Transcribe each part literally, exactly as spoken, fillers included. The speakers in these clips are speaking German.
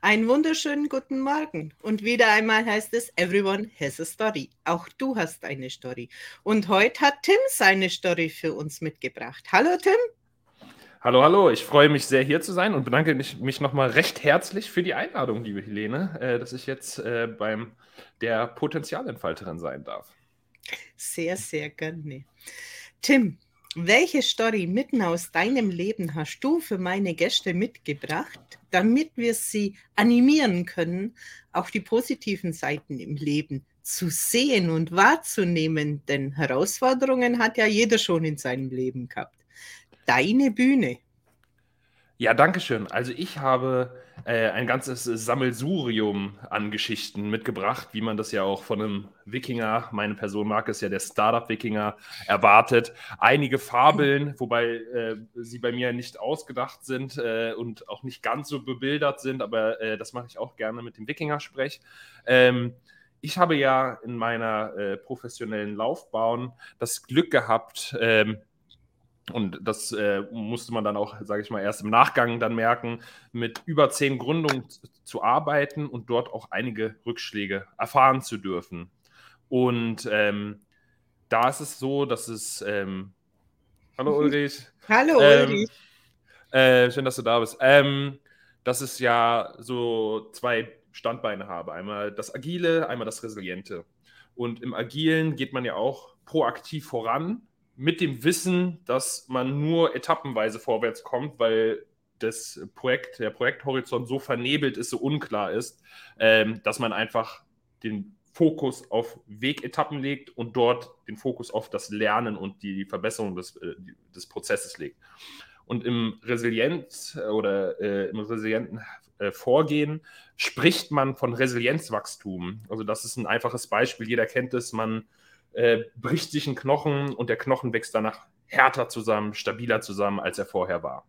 Einen wunderschönen guten Morgen. Und wieder einmal heißt es, everyone has a story. Auch du hast eine Story. Und heute hat Tim seine Story für uns mitgebracht. Hallo Tim. Hallo, hallo, ich freue mich sehr, hier zu sein und bedanke mich, mich nochmal recht herzlich für die Einladung, liebe Helene, äh, dass ich jetzt äh, beim der Potenzialentfalterin sein darf. Sehr, sehr gerne. Tim, welche Story mitten aus deinem Leben hast du für meine Gäste mitgebracht, damit wir sie animieren können, auch die positiven Seiten im Leben zu sehen und wahrzunehmen? Denn Herausforderungen hat ja jeder schon in seinem Leben gehabt. Deine Bühne. Ja, danke schön. Also ich habe äh, ein ganzes Sammelsurium an Geschichten mitgebracht, wie man das ja auch von einem Wikinger, meine Person mag es ja, der Startup-Wikinger, erwartet. Einige Fabeln, wobei äh, sie bei mir nicht ausgedacht sind äh, und auch nicht ganz so bebildert sind, aber äh, das mache ich auch gerne mit dem Wikinger-Sprech. Ähm, ich habe ja in meiner äh, professionellen Laufbahn das Glück gehabt, ähm, und das äh, musste man dann auch, sage ich mal, erst im Nachgang dann merken, mit über zehn Gründungen zu, zu arbeiten und dort auch einige Rückschläge erfahren zu dürfen. Und ähm, da ist es so, dass es, ähm, hallo Ulrich, Hallo ähm, Ulrich. äh, schön, dass du da bist, ähm, dass es ja so zwei Standbeine habe, einmal das Agile, einmal das Resiliente. Und im Agilen geht man ja auch proaktiv voran, mit dem Wissen, dass man nur etappenweise vorwärts kommt, weil das Projekt, der Projekthorizont so vernebelt ist, so unklar ist, ähm, dass man einfach den Fokus auf Wegetappen legt und dort den Fokus auf das Lernen und die Verbesserung des, äh, des Prozesses legt. Und im Resilienz oder äh, im resilienten äh, Vorgehen spricht man von Resilienzwachstum. Also das ist ein einfaches Beispiel. Jeder kennt es. Man äh, bricht sich einen Knochen und der Knochen wächst danach härter zusammen, stabiler zusammen, als er vorher war.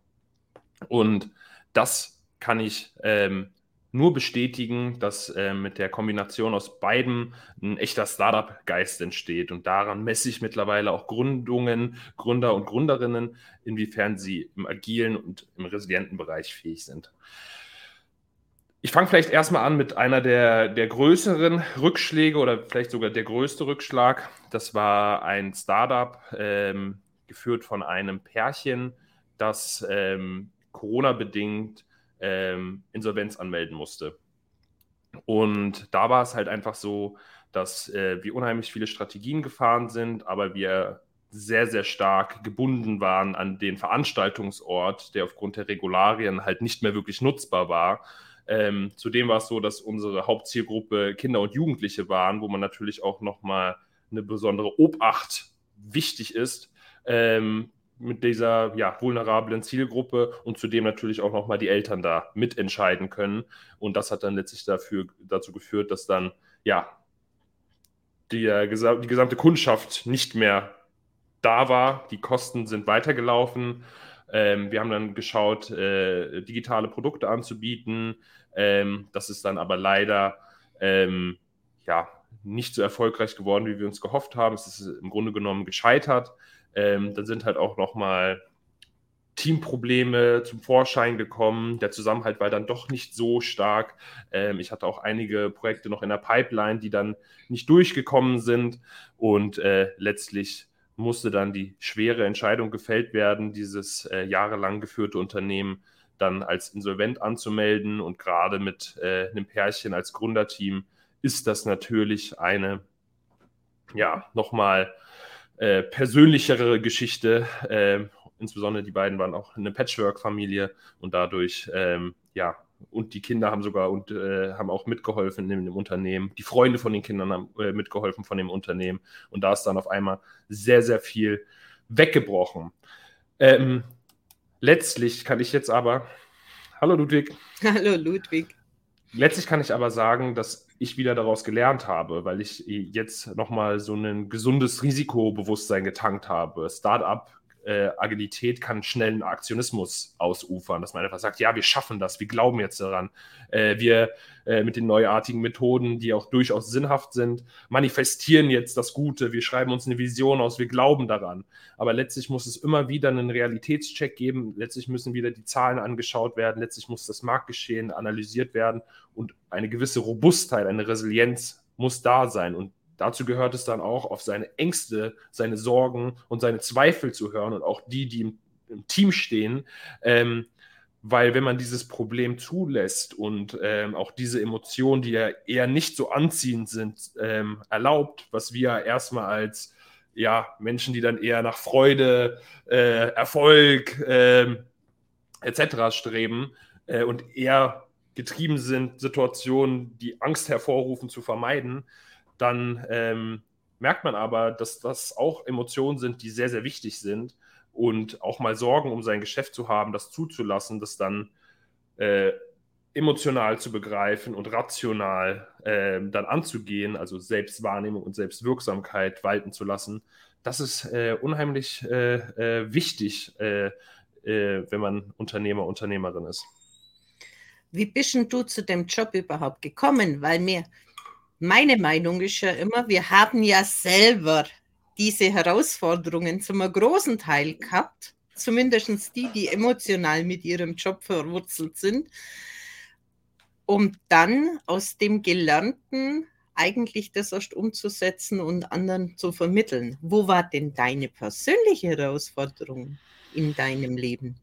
Und das kann ich ähm, nur bestätigen, dass äh, mit der Kombination aus beiden ein echter Startup-Geist entsteht. Und daran messe ich mittlerweile auch Gründungen, Gründer und Gründerinnen, inwiefern sie im agilen und im resilienten Bereich fähig sind. Ich fange vielleicht erstmal an mit einer der, der größeren Rückschläge oder vielleicht sogar der größte Rückschlag. Das war ein Startup, ähm, geführt von einem Pärchen, das ähm, Corona-bedingt ähm, Insolvenz anmelden musste. Und da war es halt einfach so, dass äh, wir unheimlich viele Strategien gefahren sind, aber wir sehr, sehr stark gebunden waren an den Veranstaltungsort, der aufgrund der Regularien halt nicht mehr wirklich nutzbar war. Ähm, zudem war es so, dass unsere Hauptzielgruppe Kinder und Jugendliche waren, wo man natürlich auch nochmal eine besondere Obacht wichtig ist, ähm, mit dieser ja, vulnerablen Zielgruppe und zudem natürlich auch nochmal die Eltern da mitentscheiden können. Und das hat dann letztlich dafür, dazu geführt, dass dann ja die, die gesamte Kundschaft nicht mehr da war. Die Kosten sind weitergelaufen. Ähm, wir haben dann geschaut, äh, digitale Produkte anzubieten. Ähm, das ist dann aber leider ähm, ja, nicht so erfolgreich geworden, wie wir uns gehofft haben. Es ist im Grunde genommen gescheitert. Ähm, dann sind halt auch nochmal Teamprobleme zum Vorschein gekommen. Der Zusammenhalt war dann doch nicht so stark. Ähm, ich hatte auch einige Projekte noch in der Pipeline, die dann nicht durchgekommen sind. Und äh, letztlich musste dann die schwere Entscheidung gefällt werden, dieses äh, jahrelang geführte Unternehmen dann als insolvent anzumelden. Und gerade mit äh, einem Pärchen als Gründerteam ist das natürlich eine, ja, nochmal äh, persönlichere Geschichte. Äh, insbesondere die beiden waren auch eine Patchwork-Familie und dadurch, ähm, ja, und die Kinder haben sogar und äh, haben auch mitgeholfen in dem Unternehmen. Die Freunde von den Kindern haben äh, mitgeholfen von dem Unternehmen. Und da ist dann auf einmal sehr, sehr viel weggebrochen. Ähm, letztlich kann ich jetzt aber, hallo Ludwig, Hallo Ludwig. letztlich kann ich aber sagen, dass ich wieder daraus gelernt habe, weil ich jetzt nochmal so ein gesundes Risikobewusstsein getankt habe. Startup äh, Agilität kann schnell einen Aktionismus ausufern, dass man einfach sagt, ja, wir schaffen das, wir glauben jetzt daran. Äh, wir äh, mit den neuartigen Methoden, die auch durchaus sinnhaft sind, manifestieren jetzt das Gute, wir schreiben uns eine Vision aus, wir glauben daran. Aber letztlich muss es immer wieder einen Realitätscheck geben, letztlich müssen wieder die Zahlen angeschaut werden, letztlich muss das Marktgeschehen analysiert werden und eine gewisse Robustheit, eine Resilienz muss da sein. Und dazu gehört es dann auch, auf seine Ängste, seine Sorgen und seine Zweifel zu hören und auch die, die im, im Team stehen, ähm, weil wenn man dieses Problem zulässt und ähm, auch diese Emotionen, die ja eher nicht so anziehend sind, ähm, erlaubt, was wir erstmal als ja, Menschen, die dann eher nach Freude, äh, Erfolg äh, et cetera streben äh, und eher getrieben sind, Situationen, die Angst hervorrufen, zu vermeiden, dann ähm, merkt man aber, dass das auch Emotionen sind, die sehr, sehr wichtig sind und auch mal Sorgen um sein Geschäft zu haben, das zuzulassen, das dann äh, emotional zu begreifen und rational äh, dann anzugehen, also Selbstwahrnehmung und Selbstwirksamkeit walten zu lassen, das ist äh, unheimlich äh, äh, wichtig, äh, äh, wenn man Unternehmer, Unternehmerin ist. Wie bist denn du zu dem Job überhaupt gekommen? Weil mir, meine Meinung ist ja immer, wir haben ja selber diese Herausforderungen zum großen Teil gehabt, zumindest die, die emotional mit ihrem Job verwurzelt sind, um dann aus dem Gelernten eigentlich das erst umzusetzen und anderen zu vermitteln. Wo war denn deine persönliche Herausforderung in deinem Leben?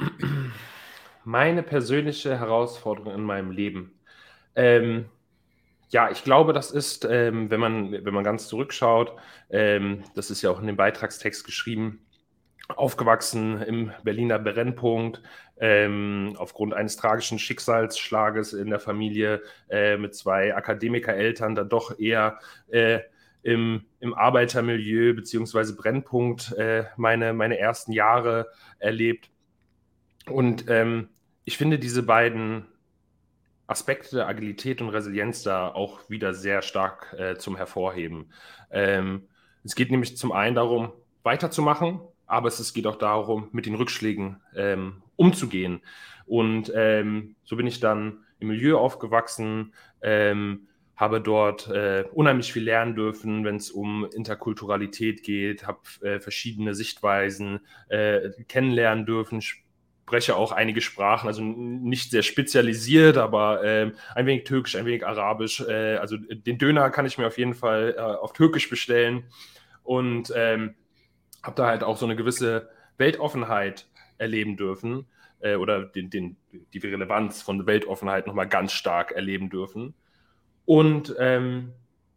Meine persönliche Herausforderung in meinem Leben. Ähm, ja, ich glaube, das ist, ähm, wenn man, wenn man ganz zurückschaut, ähm, das ist ja auch in dem Beitragstext geschrieben, aufgewachsen im Berliner Brennpunkt, ähm, aufgrund eines tragischen Schicksalsschlages in der Familie äh, mit zwei Akademikereltern, dann doch eher äh, im, im Arbeitermilieu beziehungsweise Brennpunkt äh, meine, meine ersten Jahre erlebt. Und ähm, ich finde diese beiden Aspekte, Agilität und Resilienz, da auch wieder sehr stark äh, zum Hervorheben. Ähm, es geht nämlich zum einen darum, weiterzumachen, aber es, es geht auch darum, mit den Rückschlägen ähm, umzugehen. Und ähm, so bin ich dann im Milieu aufgewachsen, ähm, habe dort äh, unheimlich viel lernen dürfen, wenn es um Interkulturalität geht, habe äh, verschiedene Sichtweisen äh, kennenlernen dürfen, spreche auch einige Sprachen, also nicht sehr spezialisiert, aber äh, ein wenig Türkisch, ein wenig Arabisch. Äh, also den Döner kann ich mir auf jeden Fall äh, auf Türkisch bestellen und ähm, habe da halt auch so eine gewisse Weltoffenheit erleben dürfen äh, oder den, den, die Relevanz von Weltoffenheit nochmal ganz stark erleben dürfen. Und ähm,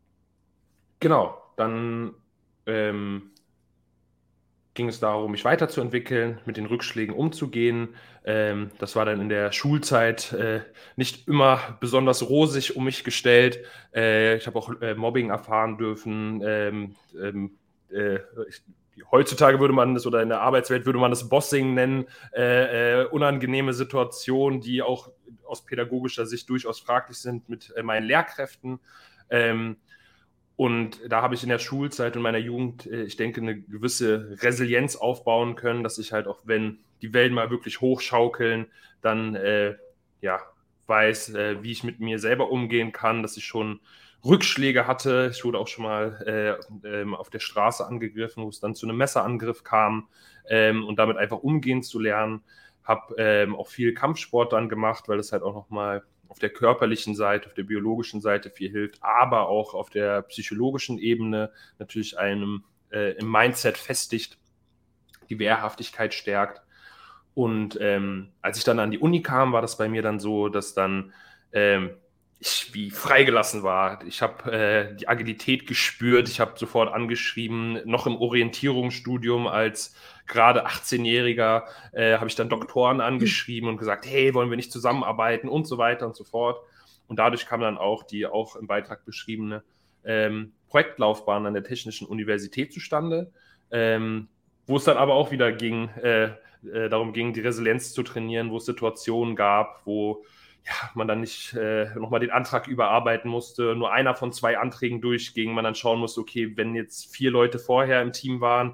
genau, dann ähm, ging es darum, mich weiterzuentwickeln, mit den Rückschlägen umzugehen. Ähm, das war dann in der Schulzeit äh, nicht immer besonders rosig um mich gestellt. Äh, ich habe auch äh, Mobbing erfahren dürfen. Ähm, ähm, äh, ich, heutzutage würde man das, oder in der Arbeitswelt würde man das Bossing nennen. Äh, äh, unangenehme Situationen, die auch aus pädagogischer Sicht durchaus fraglich sind mit äh, meinen Lehrkräften. Ähm, Und da habe ich in der Schulzeit und meiner Jugend, ich denke, eine gewisse Resilienz aufbauen können, dass ich halt auch, wenn die Wellen mal wirklich hochschaukeln, dann äh, ja, weiß, äh, wie ich mit mir selber umgehen kann, dass ich schon Rückschläge hatte. Ich wurde auch schon mal äh, ähm, auf der Straße angegriffen, wo es dann zu einem Messerangriff kam ähm, und damit einfach umgehen zu lernen. Habe ähm, auch viel Kampfsport dann gemacht, weil das halt auch nochmal auf der körperlichen Seite, auf der biologischen Seite viel hilft, aber auch auf der psychologischen Ebene natürlich einem äh, im Mindset festigt, die Wehrhaftigkeit stärkt. Und ähm, als ich dann an die Uni kam, war das bei mir dann so, dass dann ähm, ich wie freigelassen war. Ich habe äh, die Agilität gespürt, ich habe sofort angeschrieben, noch im Orientierungsstudium als gerade achtzehnjähriger äh, habe ich dann Doktoren angeschrieben und gesagt, hey, wollen wir nicht zusammenarbeiten und so weiter und so fort. Und dadurch kam dann auch die auch im Beitrag beschriebene ähm, Projektlaufbahn an der Technischen Universität zustande, ähm, wo es dann aber auch wieder ging, äh, äh, darum ging, die Resilienz zu trainieren, wo es Situationen gab, wo ja, man dann nicht äh, nochmal den Antrag überarbeiten musste, nur einer von zwei Anträgen durchging, man dann schauen musste, okay, wenn jetzt vier Leute vorher im Team waren,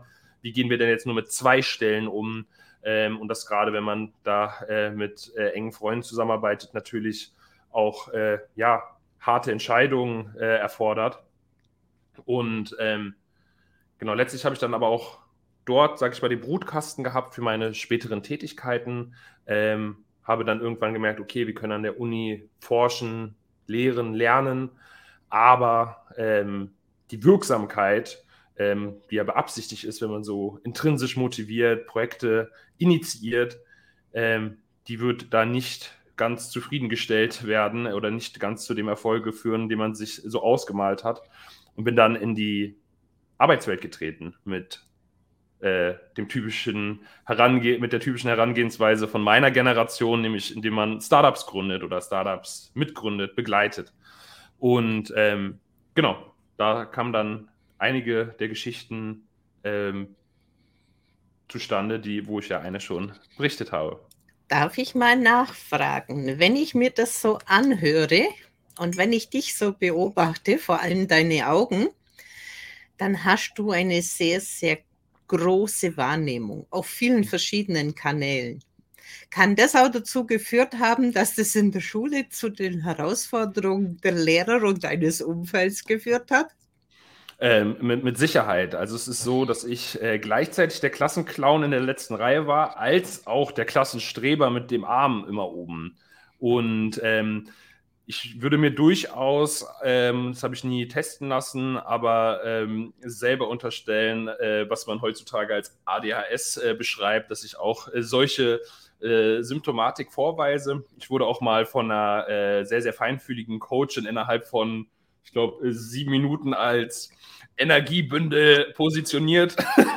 wie gehen wir denn jetzt nur mit zwei Stellen um? Ähm, und das gerade, wenn man da äh, mit äh, engen Freunden zusammenarbeitet, natürlich auch äh, ja, harte Entscheidungen äh, erfordert. Und ähm, genau, letztlich habe ich dann aber auch dort, sage ich mal, den Brutkasten gehabt für meine späteren Tätigkeiten. Ähm, habe dann irgendwann gemerkt, okay, wir können an der Uni forschen, lehren, lernen, aber ähm, die Wirksamkeit, ähm, die ja beabsichtigt ist, wenn man so intrinsisch motiviert, Projekte initiiert, ähm, die wird da nicht ganz zufriedengestellt werden oder nicht ganz zu dem Erfolg führen, den man sich so ausgemalt hat. Und bin dann in die Arbeitswelt getreten mit äh, dem typischen Herange- mit der typischen Herangehensweise von meiner Generation, nämlich indem man Startups gründet oder Startups mitgründet, begleitet. Und ähm, genau, da kamen dann einige der Geschichten ähm, zustande, die, wo ich ja eine schon berichtet habe. Darf ich mal nachfragen, wenn ich mir das so anhöre und wenn ich dich so beobachte, vor allem deine Augen, dann hast du eine sehr, sehr große Wahrnehmung auf vielen verschiedenen Kanälen. Kann das auch dazu geführt haben, dass das in der Schule zu den Herausforderungen der Lehrer und deines Umfelds geführt hat? Ähm, mit, mit Sicherheit. Also es ist so, dass ich äh, gleichzeitig der Klassenclown in der letzten Reihe war, als auch der Klassenstreber mit dem Arm immer oben. Und ähm, ich würde mir durchaus, ähm, das habe ich nie testen lassen, aber ähm, selber unterstellen, äh, was man heutzutage als A D H S äh, beschreibt, dass ich auch äh, solche äh, Symptomatik vorweise. Ich wurde auch mal von einer äh, sehr, sehr feinfühligen Coachin innerhalb von, ich glaube, sieben Minuten als Energiebündel positioniert.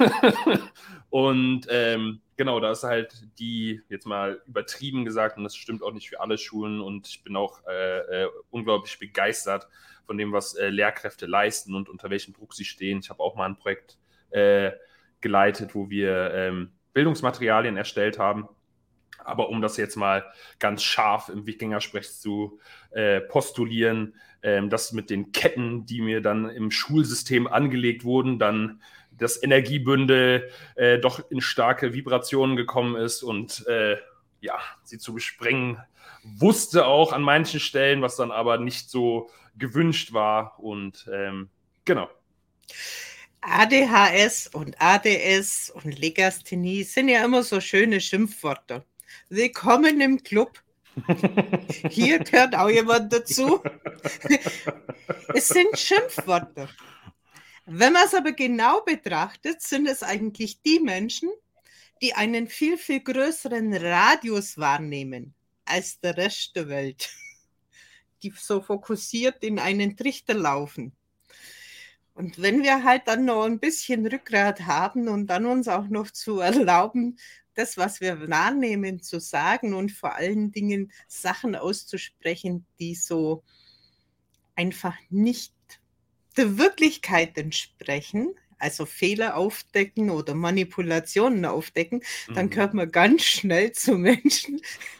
Und ähm, genau, da ist halt die, jetzt mal übertrieben gesagt, und das stimmt auch nicht für alle Schulen, und ich bin auch äh, äh, unglaublich begeistert von dem, was äh, Lehrkräfte leisten und unter welchem Druck sie stehen. Ich habe auch mal ein Projekt äh, geleitet, wo wir ähm, Bildungsmaterialien erstellt haben. Aber um das jetzt mal ganz scharf im Wikingersprech zu äh, postulieren, ähm, das mit den Ketten, die mir dann im Schulsystem angelegt wurden, dann das Energiebündel äh, doch in starke Vibrationen gekommen ist und äh, ja, sie zu besprengen wusste auch an manchen Stellen, was dann aber nicht so gewünscht war. Und ähm, genau. A D H S und A D S und Legasthenie sind ja immer so schöne Schimpfwörter. Willkommen im Club. Hier gehört auch jemand dazu. Es sind Schimpfwörter. Wenn man es aber genau betrachtet, sind es eigentlich die Menschen, die einen viel, viel größeren Radius wahrnehmen als der Rest der Welt, die so fokussiert in einen Trichter laufen. Und wenn wir halt dann noch ein bisschen Rückgrat haben und dann uns auch noch zu erlauben, das, was wir wahrnehmen, zu sagen und vor allen Dingen Sachen auszusprechen, die so einfach nicht der Wirklichkeit entsprechen, also Fehler aufdecken oder Manipulationen aufdecken, dann gehört man ganz schnell zu Menschen,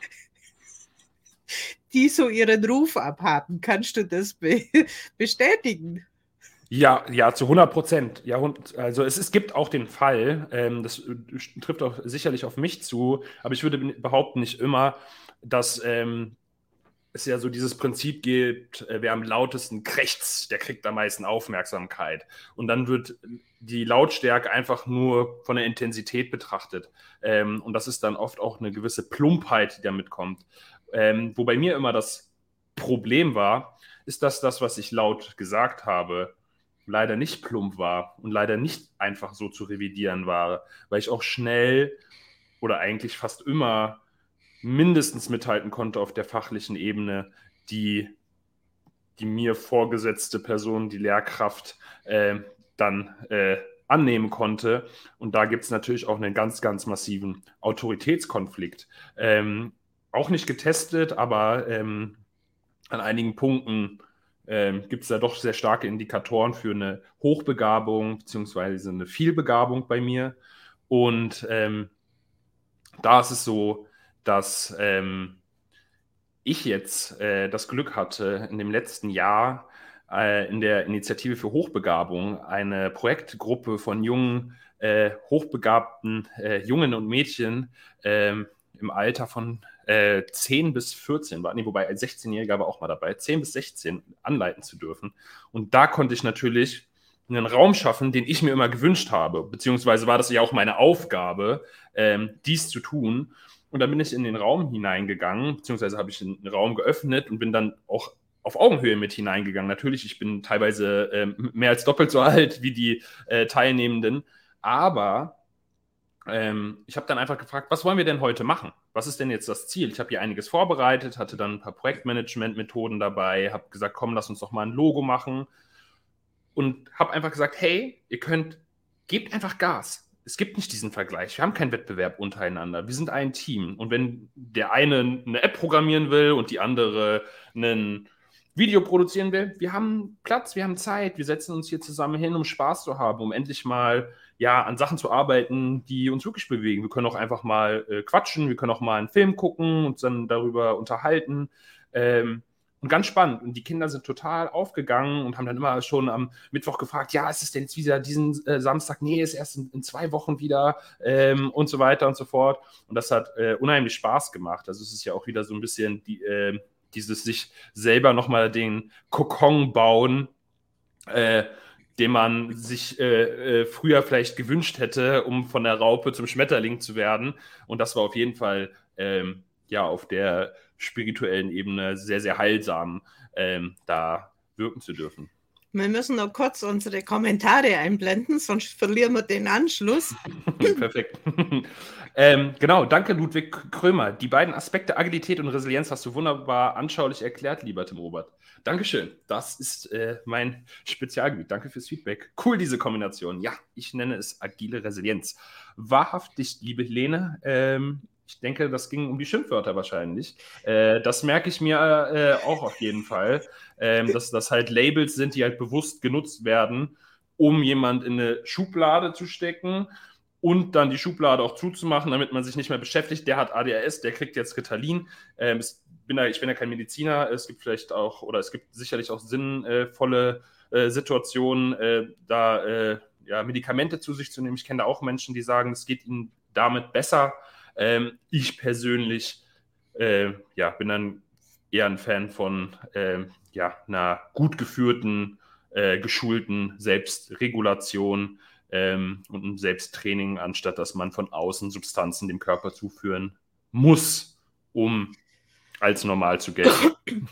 die so ihren Ruf abhaben. Kannst du das be bestätigen? Ja, ja, zu hundert Prozent. Ja, also es, es gibt auch den Fall, ähm, das äh, trifft auch sicherlich auf mich zu, aber ich würde behaupten, nicht immer, dass ähm, es ja so dieses Prinzip gibt, äh, wer am lautesten krächzt, der kriegt am meisten Aufmerksamkeit. Und dann wird die Lautstärke einfach nur von der Intensität betrachtet. Ähm, und das ist dann oft auch eine gewisse Plumpheit, die damit kommt. Ähm, wo bei mir immer das Problem war, ist, dass das, was ich laut gesagt habe, leider nicht plump war und leider nicht einfach so zu revidieren war, weil ich auch schnell oder eigentlich fast immer mindestens mithalten konnte auf der fachlichen Ebene, die die mir vorgesetzte Person, die Lehrkraft, äh, dann äh, annehmen konnte. Und da gibt es natürlich auch einen ganz, ganz massiven Autoritätskonflikt. Ähm, auch nicht getestet, aber ähm, an einigen Punkten ähm, gibt es da doch sehr starke Indikatoren für eine Hochbegabung beziehungsweise eine Vielbegabung bei mir. Und ähm, da ist es so, dass ähm, ich jetzt äh, das Glück hatte, in dem letzten Jahr äh, in der Initiative für Hochbegabung eine Projektgruppe von jungen äh, hochbegabten äh, Jungen und Mädchen ähm, im Alter von äh, zehn bis vierzehn, war, nee, wobei ein sechzehnjähriger war auch mal dabei, zehn bis sechzehn anleiten zu dürfen. Und da konnte ich natürlich einen Raum schaffen, den ich mir immer gewünscht habe, beziehungsweise war das ja auch meine Aufgabe, ähm, dies zu tun. Und dann bin ich in den Raum hineingegangen, beziehungsweise habe ich den Raum geöffnet und bin dann auch auf Augenhöhe mit hineingegangen. Natürlich, ich bin teilweise ähm, mehr als doppelt so alt wie die äh, Teilnehmenden, aber ähm, ich habe dann einfach gefragt, was wollen wir denn heute machen? Was ist denn jetzt das Ziel? Ich habe hier einiges vorbereitet, hatte dann ein paar Projektmanagement-Methoden dabei, habe gesagt, komm, lass uns doch mal ein Logo machen und habe einfach gesagt, hey, ihr könnt, gebt einfach Gas. Es gibt nicht diesen Vergleich. Wir haben keinen Wettbewerb untereinander. Wir sind ein Team. Und wenn der eine eine App programmieren will und die andere einen Video produzieren will, wir haben Platz, wir haben Zeit, wir setzen uns hier zusammen hin, um Spaß zu haben, um endlich mal ja, an Sachen zu arbeiten, die uns wirklich bewegen. Wir können auch einfach mal äh, quatschen, wir können auch mal einen Film gucken und uns dann darüber unterhalten. Ähm, und ganz spannend. Und die Kinder sind total aufgegangen und haben dann immer schon am Mittwoch gefragt, ja, ist es denn jetzt wieder diesen äh, Samstag? Nee, ist erst in, in zwei Wochen wieder ähm, und so weiter und so fort. Und das hat äh, unheimlich Spaß gemacht. Also es ist ja auch wieder so ein bisschen die, äh, dieses sich selber nochmal den Kokon bauen, äh, den man sich äh, äh, früher vielleicht gewünscht hätte, um von der Raupe zum Schmetterling zu werden. Und das war auf jeden Fall ähm, ja auf der spirituellen Ebene sehr, sehr heilsam, ähm, da wirken zu dürfen. Wir müssen noch kurz unsere Kommentare einblenden, sonst verlieren wir den Anschluss. Perfekt. ähm, genau, danke Ludwig Krömer. Die beiden Aspekte Agilität und Resilienz hast du wunderbar anschaulich erklärt, lieber Tim Robert. Dankeschön. Das ist äh, mein Spezialgebiet. Danke fürs Feedback. Cool, diese Kombination. Ja, ich nenne es agile Resilienz. Wahrhaftig, liebe Helene, ähm, ich denke, das ging um die Schimpfwörter wahrscheinlich. Äh, das merke ich mir äh, auch auf jeden Fall, äh, dass das halt Labels sind, die halt bewusst genutzt werden, um jemand in eine Schublade zu stecken und dann die Schublade auch zuzumachen, damit man sich nicht mehr beschäftigt. Der hat A D H S, der kriegt jetzt Ritalin. Ähm, es, bin da, ich bin ja kein Mediziner. Es gibt vielleicht auch, oder es gibt sicherlich auch sinnvolle äh, Situationen, äh, da äh, ja, Medikamente zu sich zu nehmen. Ich kenne da auch Menschen, die sagen, es geht ihnen damit besser. Ähm, ich persönlich äh, ja, bin dann eher ein Fan von äh, ja, einer gut geführten, äh, geschulten Selbstregulation ähm, und einem Selbsttraining, anstatt dass man von außen Substanzen dem Körper zuführen muss, um als normal zu gelten.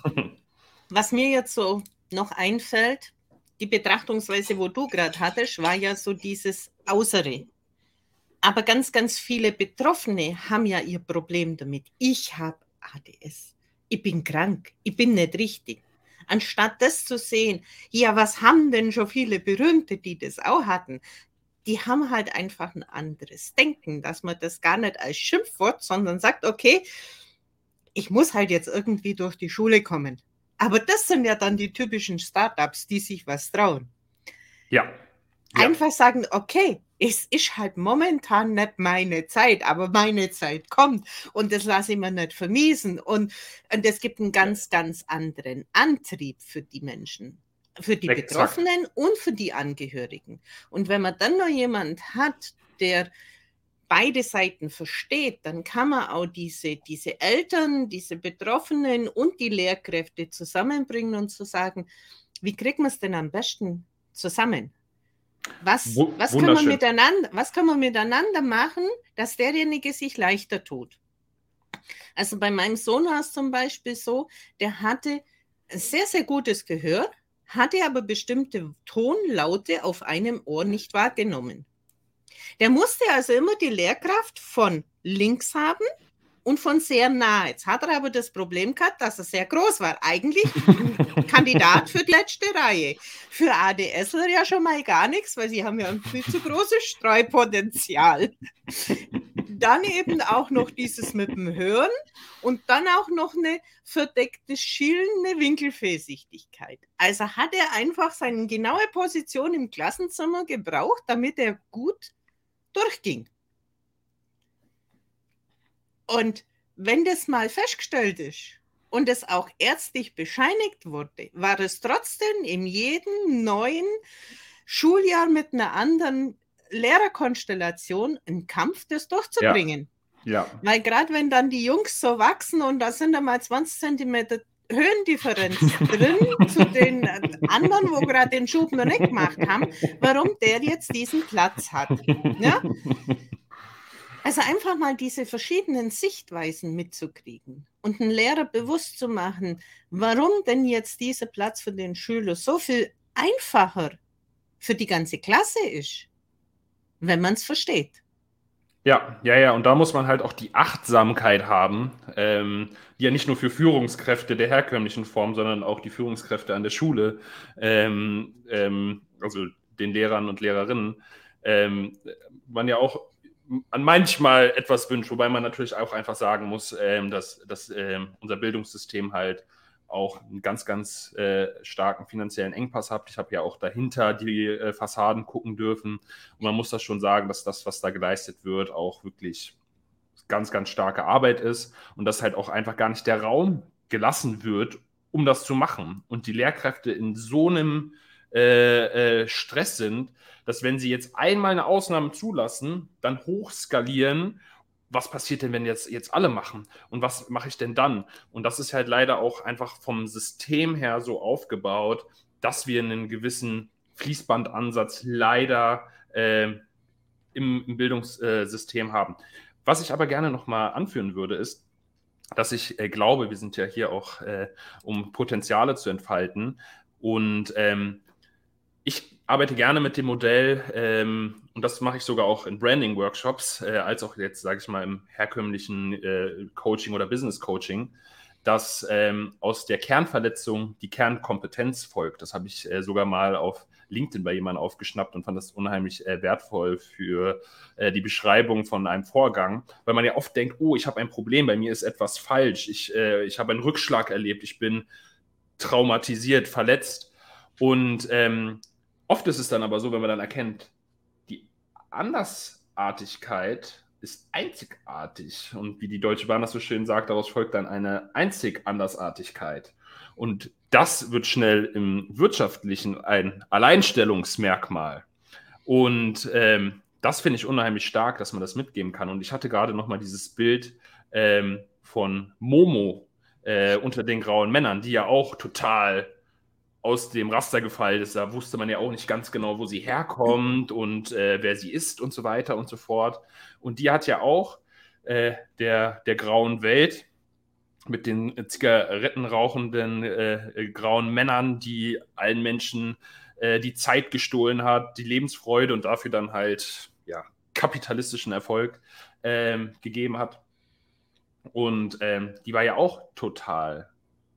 Was mir jetzt so noch einfällt, die Betrachtungsweise, wo du gerade hattest, war ja so dieses Äußere. Aber ganz, ganz viele Betroffene haben ja ihr Problem damit. Ich habe A D S. Ich bin krank. Ich bin nicht richtig. Anstatt das zu sehen, ja, was haben denn schon viele Berühmte, die das auch hatten? Die haben halt einfach ein anderes Denken, dass man das gar nicht als Schimpfwort, sondern sagt, okay, ich muss halt jetzt irgendwie durch die Schule kommen. Aber das sind ja dann die typischen Startups, die sich was trauen. Ja. ja. Einfach sagen, okay, es ist halt momentan nicht meine Zeit, aber meine Zeit kommt und das lasse ich mir nicht vermiesen. Und, und es gibt einen ganz, ganz anderen Antrieb für die Menschen, für die Exakt. Betroffenen und für die Angehörigen. Und wenn man dann noch jemand hat, der beide Seiten versteht, dann kann man auch diese, diese Eltern, diese Betroffenen und die Lehrkräfte zusammenbringen und zu sagen, wie kriegt man es denn am besten zusammen? Was, was, kann man miteinander, was kann man miteinander machen, dass derjenige sich leichter tut? Also bei meinem Sohn war es zum Beispiel so, der hatte ein sehr, sehr gutes Gehör, hatte aber bestimmte Tonlaute auf einem Ohr nicht wahrgenommen. Der musste also immer die Lehrkraft von links haben und von sehr nah. Jetzt hat er aber das Problem gehabt, dass er sehr groß war. Eigentlich ein Kandidat für die letzte Reihe. Für ADSler ja schon mal gar nichts, weil sie haben ja ein viel zu großes Streupotenzial. Dann eben auch noch dieses mit dem Hören und dann auch noch eine verdeckte schielende Winkelfehlsichtigkeit. Also hat er einfach seine genaue Position im Klassenzimmer gebraucht, damit er gut durchging. Und wenn das mal festgestellt ist und es auch ärztlich bescheinigt wurde, war es trotzdem in jedem neuen Schuljahr mit einer anderen Lehrerkonstellation ein Kampf, das durchzubringen. Ja. Weil gerade wenn dann die Jungs so wachsen und da sind einmal zwanzig Zentimeter Höhendifferenz drin zu den anderen, wo gerade den Schub noch nicht gemacht haben, warum der jetzt diesen Platz hat. Ja? Also einfach mal diese verschiedenen Sichtweisen mitzukriegen und einen Lehrer bewusst zu machen, warum denn jetzt dieser Platz für den Schüler so viel einfacher für die ganze Klasse ist, wenn man es versteht. Ja, ja, ja, und da muss man halt auch die Achtsamkeit haben, ähm, die ja nicht nur für Führungskräfte der herkömmlichen Form, sondern auch die Führungskräfte an der Schule, ähm, ähm, also den Lehrern und Lehrerinnen, ähm, man ja auch an manchmal etwas wünscht, wobei man natürlich auch einfach sagen muss, ähm, dass, dass ähm, unser Bildungssystem halt auch einen ganz, ganz äh, starken finanziellen Engpass hat. Ich habe ja auch dahinter die äh, Fassaden gucken dürfen. Und man muss das schon sagen, dass das, was da geleistet wird, auch wirklich ganz, ganz starke Arbeit ist und dass halt auch einfach gar nicht der Raum gelassen wird, um das zu machen. Und die Lehrkräfte in so einem äh, äh, Stress sind, dass wenn sie jetzt einmal eine Ausnahme zulassen, dann hochskalieren. Was passiert denn, wenn jetzt, jetzt alle machen? Und was mache ich denn dann? Und das ist halt leider auch einfach vom System her so aufgebaut, dass wir einen gewissen Fließbandansatz leider äh, im, im Bildungssystem haben. Was ich aber gerne nochmal anführen würde, ist, dass ich äh, glaube, wir sind ja hier auch, äh, um Potenziale zu entfalten. Und ähm, ich arbeite gerne mit dem Modell, ähm, und das mache ich sogar auch in Branding-Workshops, äh, als auch jetzt, sage ich mal, im herkömmlichen äh, Coaching oder Business-Coaching, dass ähm, aus der Kernverletzung die Kernkompetenz folgt. Das habe ich äh, sogar mal auf LinkedIn bei jemandem aufgeschnappt und fand das unheimlich äh, wertvoll für äh, die Beschreibung von einem Vorgang, weil man ja oft denkt, oh, ich habe ein Problem, bei mir ist etwas falsch, ich, äh, ich habe einen Rückschlag erlebt, ich bin traumatisiert, verletzt. Und ähm, oft ist es dann aber so, wenn man dann erkennt, die Andersartigkeit ist einzigartig. Und wie die Deutsche Bahn das so schön sagt, daraus folgt dann eine Einzigandersartigkeit. Und das wird schnell im Wirtschaftlichen ein Alleinstellungsmerkmal. Und ähm, das finde ich unheimlich stark, dass man das mitgeben kann. Und ich hatte gerade noch mal dieses Bild ähm, von Momo äh, unter den grauen Männern, die ja auch total aus dem Raster gefallen ist. Da wusste man ja auch nicht ganz genau, wo sie herkommt und äh, wer sie ist und so weiter und so fort. Und die hat ja auch äh, der, der grauen Welt mit den zigarettenrauchenden äh, grauen Männern, die allen Menschen äh, die Zeit gestohlen hat, die Lebensfreude und dafür dann halt ja, kapitalistischen Erfolg ähm, gegeben hat. Und ähm, die war ja auch total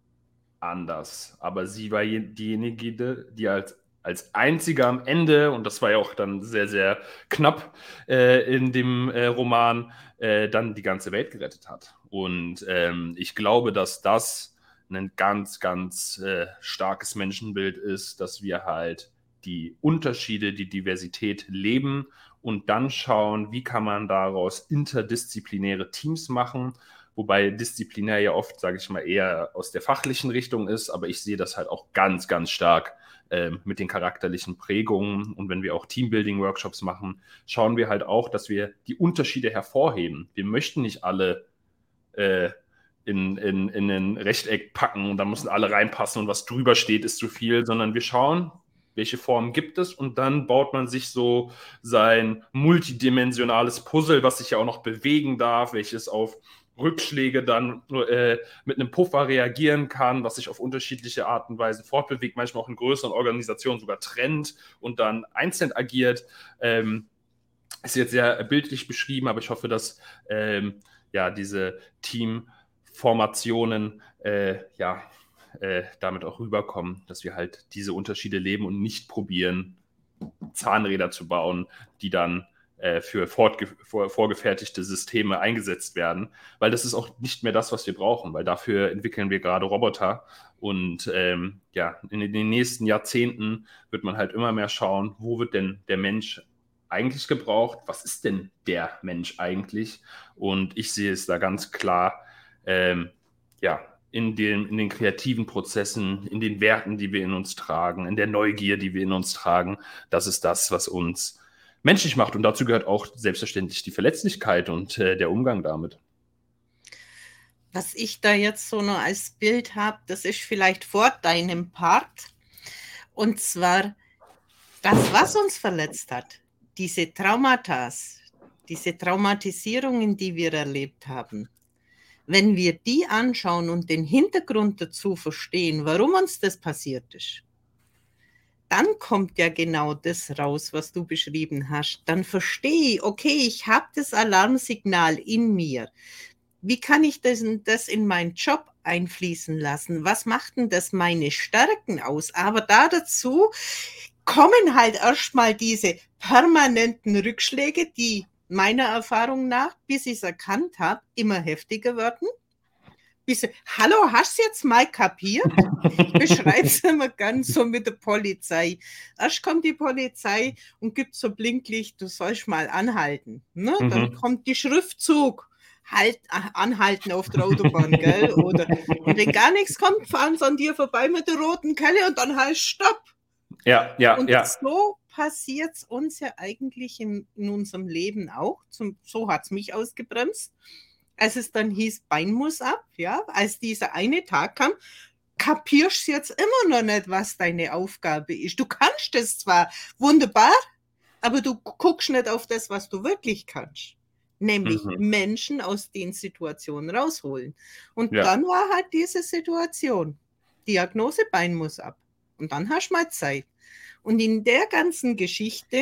anders. Aber sie war diejenige, die als, als einzige am Ende, und das war ja auch dann sehr, sehr knapp äh, in dem äh, Roman, äh, dann die ganze Welt gerettet hat. Und ähm, ich glaube, dass das ein ganz, ganz äh, starkes Menschenbild ist, dass wir halt die Unterschiede, die Diversität leben und dann schauen, wie kann man daraus interdisziplinäre Teams machen, wobei disziplinär ja oft, sage ich mal, eher aus der fachlichen Richtung ist, aber ich sehe das halt auch ganz, ganz stark äh, mit den charakterlichen Prägungen. Und wenn wir auch Teambuilding-Workshops machen, schauen wir halt auch, dass wir die Unterschiede hervorheben. Wir möchten nicht alle äh, in, in, in ein Rechteck packen und da müssen alle reinpassen und was drüber steht, ist zu viel, sondern wir schauen, welche Formen gibt es und dann baut man sich so sein multidimensionales Puzzle, was sich ja auch noch bewegen darf, welches auf Rückschläge dann äh, mit einem Puffer reagieren kann, was sich auf unterschiedliche Arten und Weisen fortbewegt, manchmal auch in größeren Organisationen sogar trennt und dann einzeln agiert. Ähm, ist jetzt sehr bildlich beschrieben, aber ich hoffe, dass ähm, ja, diese Teamformationen äh, ja, äh, damit auch rüberkommen, dass wir halt diese Unterschiede leben und nicht probieren, Zahnräder zu bauen, die dann für fortge- vor, vorgefertigte Systeme eingesetzt werden, weil das ist auch nicht mehr das, was wir brauchen, weil dafür entwickeln wir gerade Roboter und ähm, ja, in den nächsten Jahrzehnten wird man halt immer mehr schauen, wo wird denn der Mensch eigentlich gebraucht, was ist denn der Mensch eigentlich und ich sehe es da ganz klar, ähm, ja, in den, in den kreativen Prozessen, in den Werten, die wir in uns tragen, in der Neugier, die wir in uns tragen, das ist das, was uns menschlich macht. Und dazu gehört auch selbstverständlich die Verletzlichkeit und äh, der Umgang damit. Was ich da jetzt so noch als Bild habe, das ist vielleicht vor deinem Part. Und zwar das, was uns verletzt hat, diese Traumata, diese Traumatisierungen, die wir erlebt haben. Wenn wir die anschauen und den Hintergrund dazu verstehen, warum uns das passiert ist, dann kommt ja genau das raus, was du beschrieben hast. Dann verstehe ich, okay, ich habe das Alarmsignal in mir. Wie kann ich das, das in meinen Job einfließen lassen? Was macht denn das meine Stärken aus? Aber da dazu kommen halt erstmal diese permanenten Rückschläge, die meiner Erfahrung nach, bis ich es erkannt habe, immer heftiger werden. Bis, hallo, hast du jetzt mal kapiert? Ich beschreibe es immer ganz so mit der Polizei. Erst kommt die Polizei und gibt so Blinklicht, du sollst mal anhalten. Ne? Mhm. Dann kommt die Schriftzug. Halt, anhalten auf der Autobahn, gell? Oder, und wenn gar nichts kommt, fahren sie an dir vorbei mit der roten Kelle und dann heißt Stopp. Ja, ja, und ja. So passiert es uns ja eigentlich in, in unserem Leben auch. Zum, so hat es mich ausgebremst. Als es dann hieß, Bein muss ab, ja, als dieser eine Tag kam, kapierst du jetzt immer noch nicht, was deine Aufgabe ist. Du kannst es zwar wunderbar, aber du guckst nicht auf das, was du wirklich kannst. Nämlich mhm. Menschen aus den Situationen rausholen. Und ja. dann war halt diese Situation. Diagnose, Bein muss ab. Und dann hast du mal Zeit. Und in der ganzen Geschichte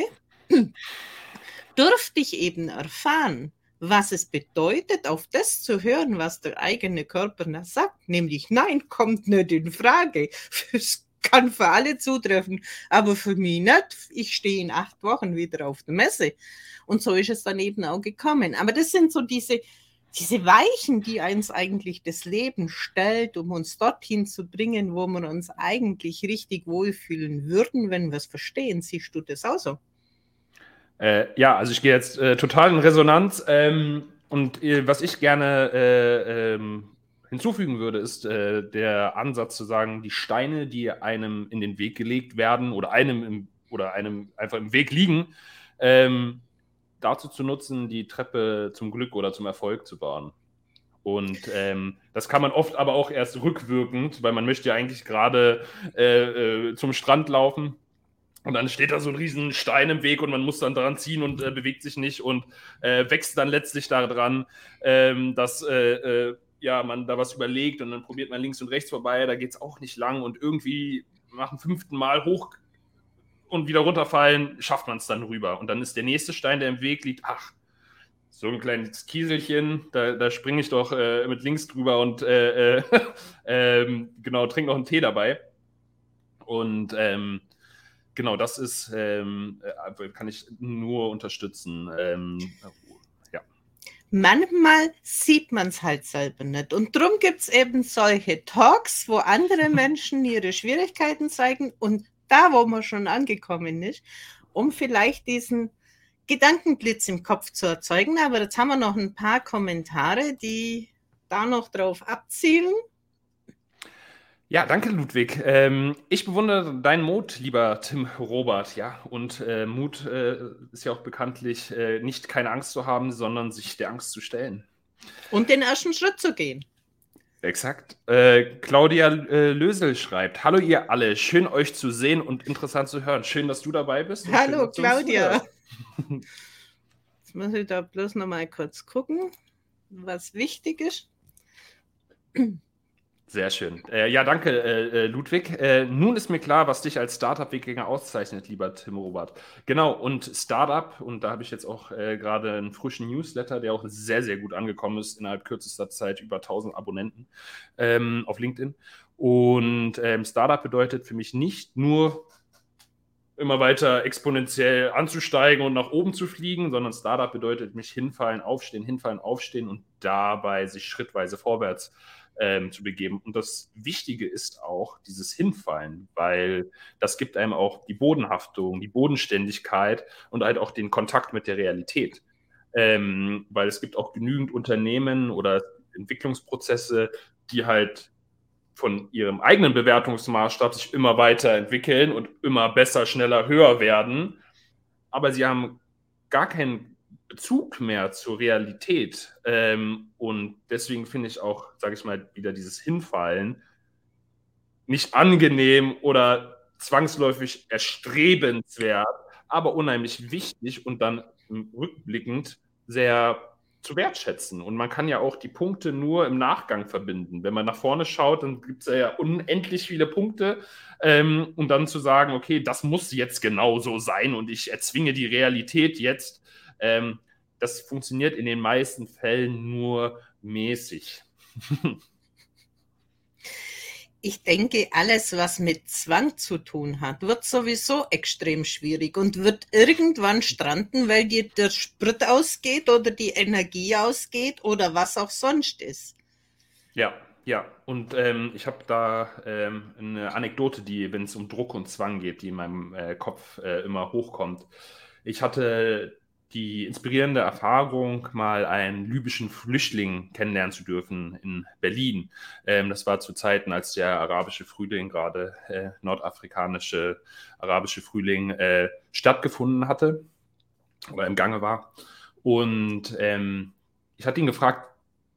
durfte ich eben erfahren, was es bedeutet, auf das zu hören, was der eigene Körper sagt. Nämlich, nein, kommt nicht in Frage. Es kann für alle zutreffen, aber für mich nicht. Ich stehe in acht Wochen wieder auf der Messe. Und so ist es dann eben auch gekommen. Aber das sind so diese, diese Weichen, die uns eigentlich das Leben stellt, um uns dorthin zu bringen, wo wir uns eigentlich richtig wohlfühlen würden, wenn wir es verstehen. Siehst du das auch so? Äh, ja, also ich gehe jetzt äh, total in Resonanz. Ähm, und äh, was ich gerne äh, ähm, hinzufügen würde, ist äh, der Ansatz zu sagen, die Steine, die einem in den Weg gelegt werden oder einem, im, oder einem einfach im Weg liegen, ähm, dazu zu nutzen, die Treppe zum Glück oder zum Erfolg zu bauen. Und ähm, das kann man oft aber auch erst rückwirkend, weil man möchte ja eigentlich gerade äh, äh, zum Strand laufen und dann steht da so ein riesen Stein im Weg und man muss dann dran ziehen und äh, bewegt sich nicht und äh, wächst dann letztlich daran, ähm, dass äh, äh, ja, man da was überlegt und dann probiert man links und rechts vorbei, da geht es auch nicht lang und irgendwie nach dem fünften Mal hoch und wieder runterfallen, schafft man es dann rüber. Und dann ist der nächste Stein, der im Weg liegt, ach, so ein kleines Kieselchen, da, da springe ich doch äh, mit links drüber und äh, äh, äh, genau, trinke noch einen Tee dabei. Und ähm, genau, das ist, ähm, kann ich nur unterstützen. Ähm, ja. Manchmal sieht man es halt selber nicht. Und darum gibt es eben solche Talks, wo andere Menschen ihre Schwierigkeiten zeigen und da, wo man schon angekommen ist, um vielleicht diesen Gedankenblitz im Kopf zu erzeugen. Aber jetzt haben wir noch ein paar Kommentare, die da noch drauf abzielen. Ja, danke, Ludwig. Ähm, ich bewundere deinen Mut, lieber Tim Robert. Ja, und äh, Mut äh, ist ja auch bekanntlich äh, nicht keine Angst zu haben, sondern sich der Angst zu stellen. Und den ersten Schritt zu gehen. Exakt. Äh, Claudia äh, Lösel schreibt: Hallo ihr alle, schön euch zu sehen und interessant zu hören. Schön, dass du dabei bist. Hallo schön, Claudia. Jetzt muss ich da bloß noch mal kurz gucken, was wichtig ist. Sehr schön. Äh, ja, danke, äh, Ludwig. Äh, nun ist mir klar, was dich als Startup-Weggänger auszeichnet, lieber Tim Robert. Genau, und Startup, und da habe ich jetzt auch äh, gerade einen frischen Newsletter, der auch sehr, sehr gut angekommen ist, innerhalb kürzester Zeit über tausend Abonnenten ähm, auf LinkedIn. Und ähm, Startup bedeutet für mich nicht nur immer weiter exponentiell anzusteigen und nach oben zu fliegen, sondern Startup bedeutet mich hinfallen, aufstehen, hinfallen, aufstehen und dabei sich schrittweise vorwärts ähm, zu begeben. Und das Wichtige ist auch dieses Hinfallen, weil das gibt einem auch die Bodenhaftung, die Bodenständigkeit und halt auch den Kontakt mit der Realität. Ähm, weil es gibt auch genügend Unternehmen oder Entwicklungsprozesse, die halt von ihrem eigenen Bewertungsmaßstab sich immer weiter entwickeln und immer besser, schneller, höher werden. Aber sie haben gar keinen Bezug mehr zur Realität. Ähm, und deswegen finde ich auch, sage ich mal, wieder dieses Hinfallen nicht angenehm oder zwangsläufig erstrebenswert, aber unheimlich wichtig und dann rückblickend sehr zu wertschätzen. Und man kann ja auch die Punkte nur im Nachgang verbinden. Wenn man nach vorne schaut, dann gibt es ja unendlich viele Punkte. Ähm, und dann zu sagen, okay, das muss jetzt genau so sein und ich erzwinge die Realität jetzt, ähm, das funktioniert in den meisten Fällen nur mäßig. Ich denke, alles, was mit Zwang zu tun hat, wird sowieso extrem schwierig und wird irgendwann stranden, weil dir der Sprit ausgeht oder die Energie ausgeht oder was auch sonst ist. Ja, ja. Und ähm, ich habe da ähm, eine Anekdote, die, wenn es um Druck und Zwang geht, die in meinem äh, Kopf äh, immer hochkommt. Ich hatte die inspirierende Erfahrung, mal einen libyschen Flüchtling kennenlernen zu dürfen in Berlin. Ähm, das war zu Zeiten, als der arabische Frühling, gerade äh, nordafrikanische arabische Frühling, äh, stattgefunden hatte oder im Gange war. Und ähm, ich hatte ihn gefragt,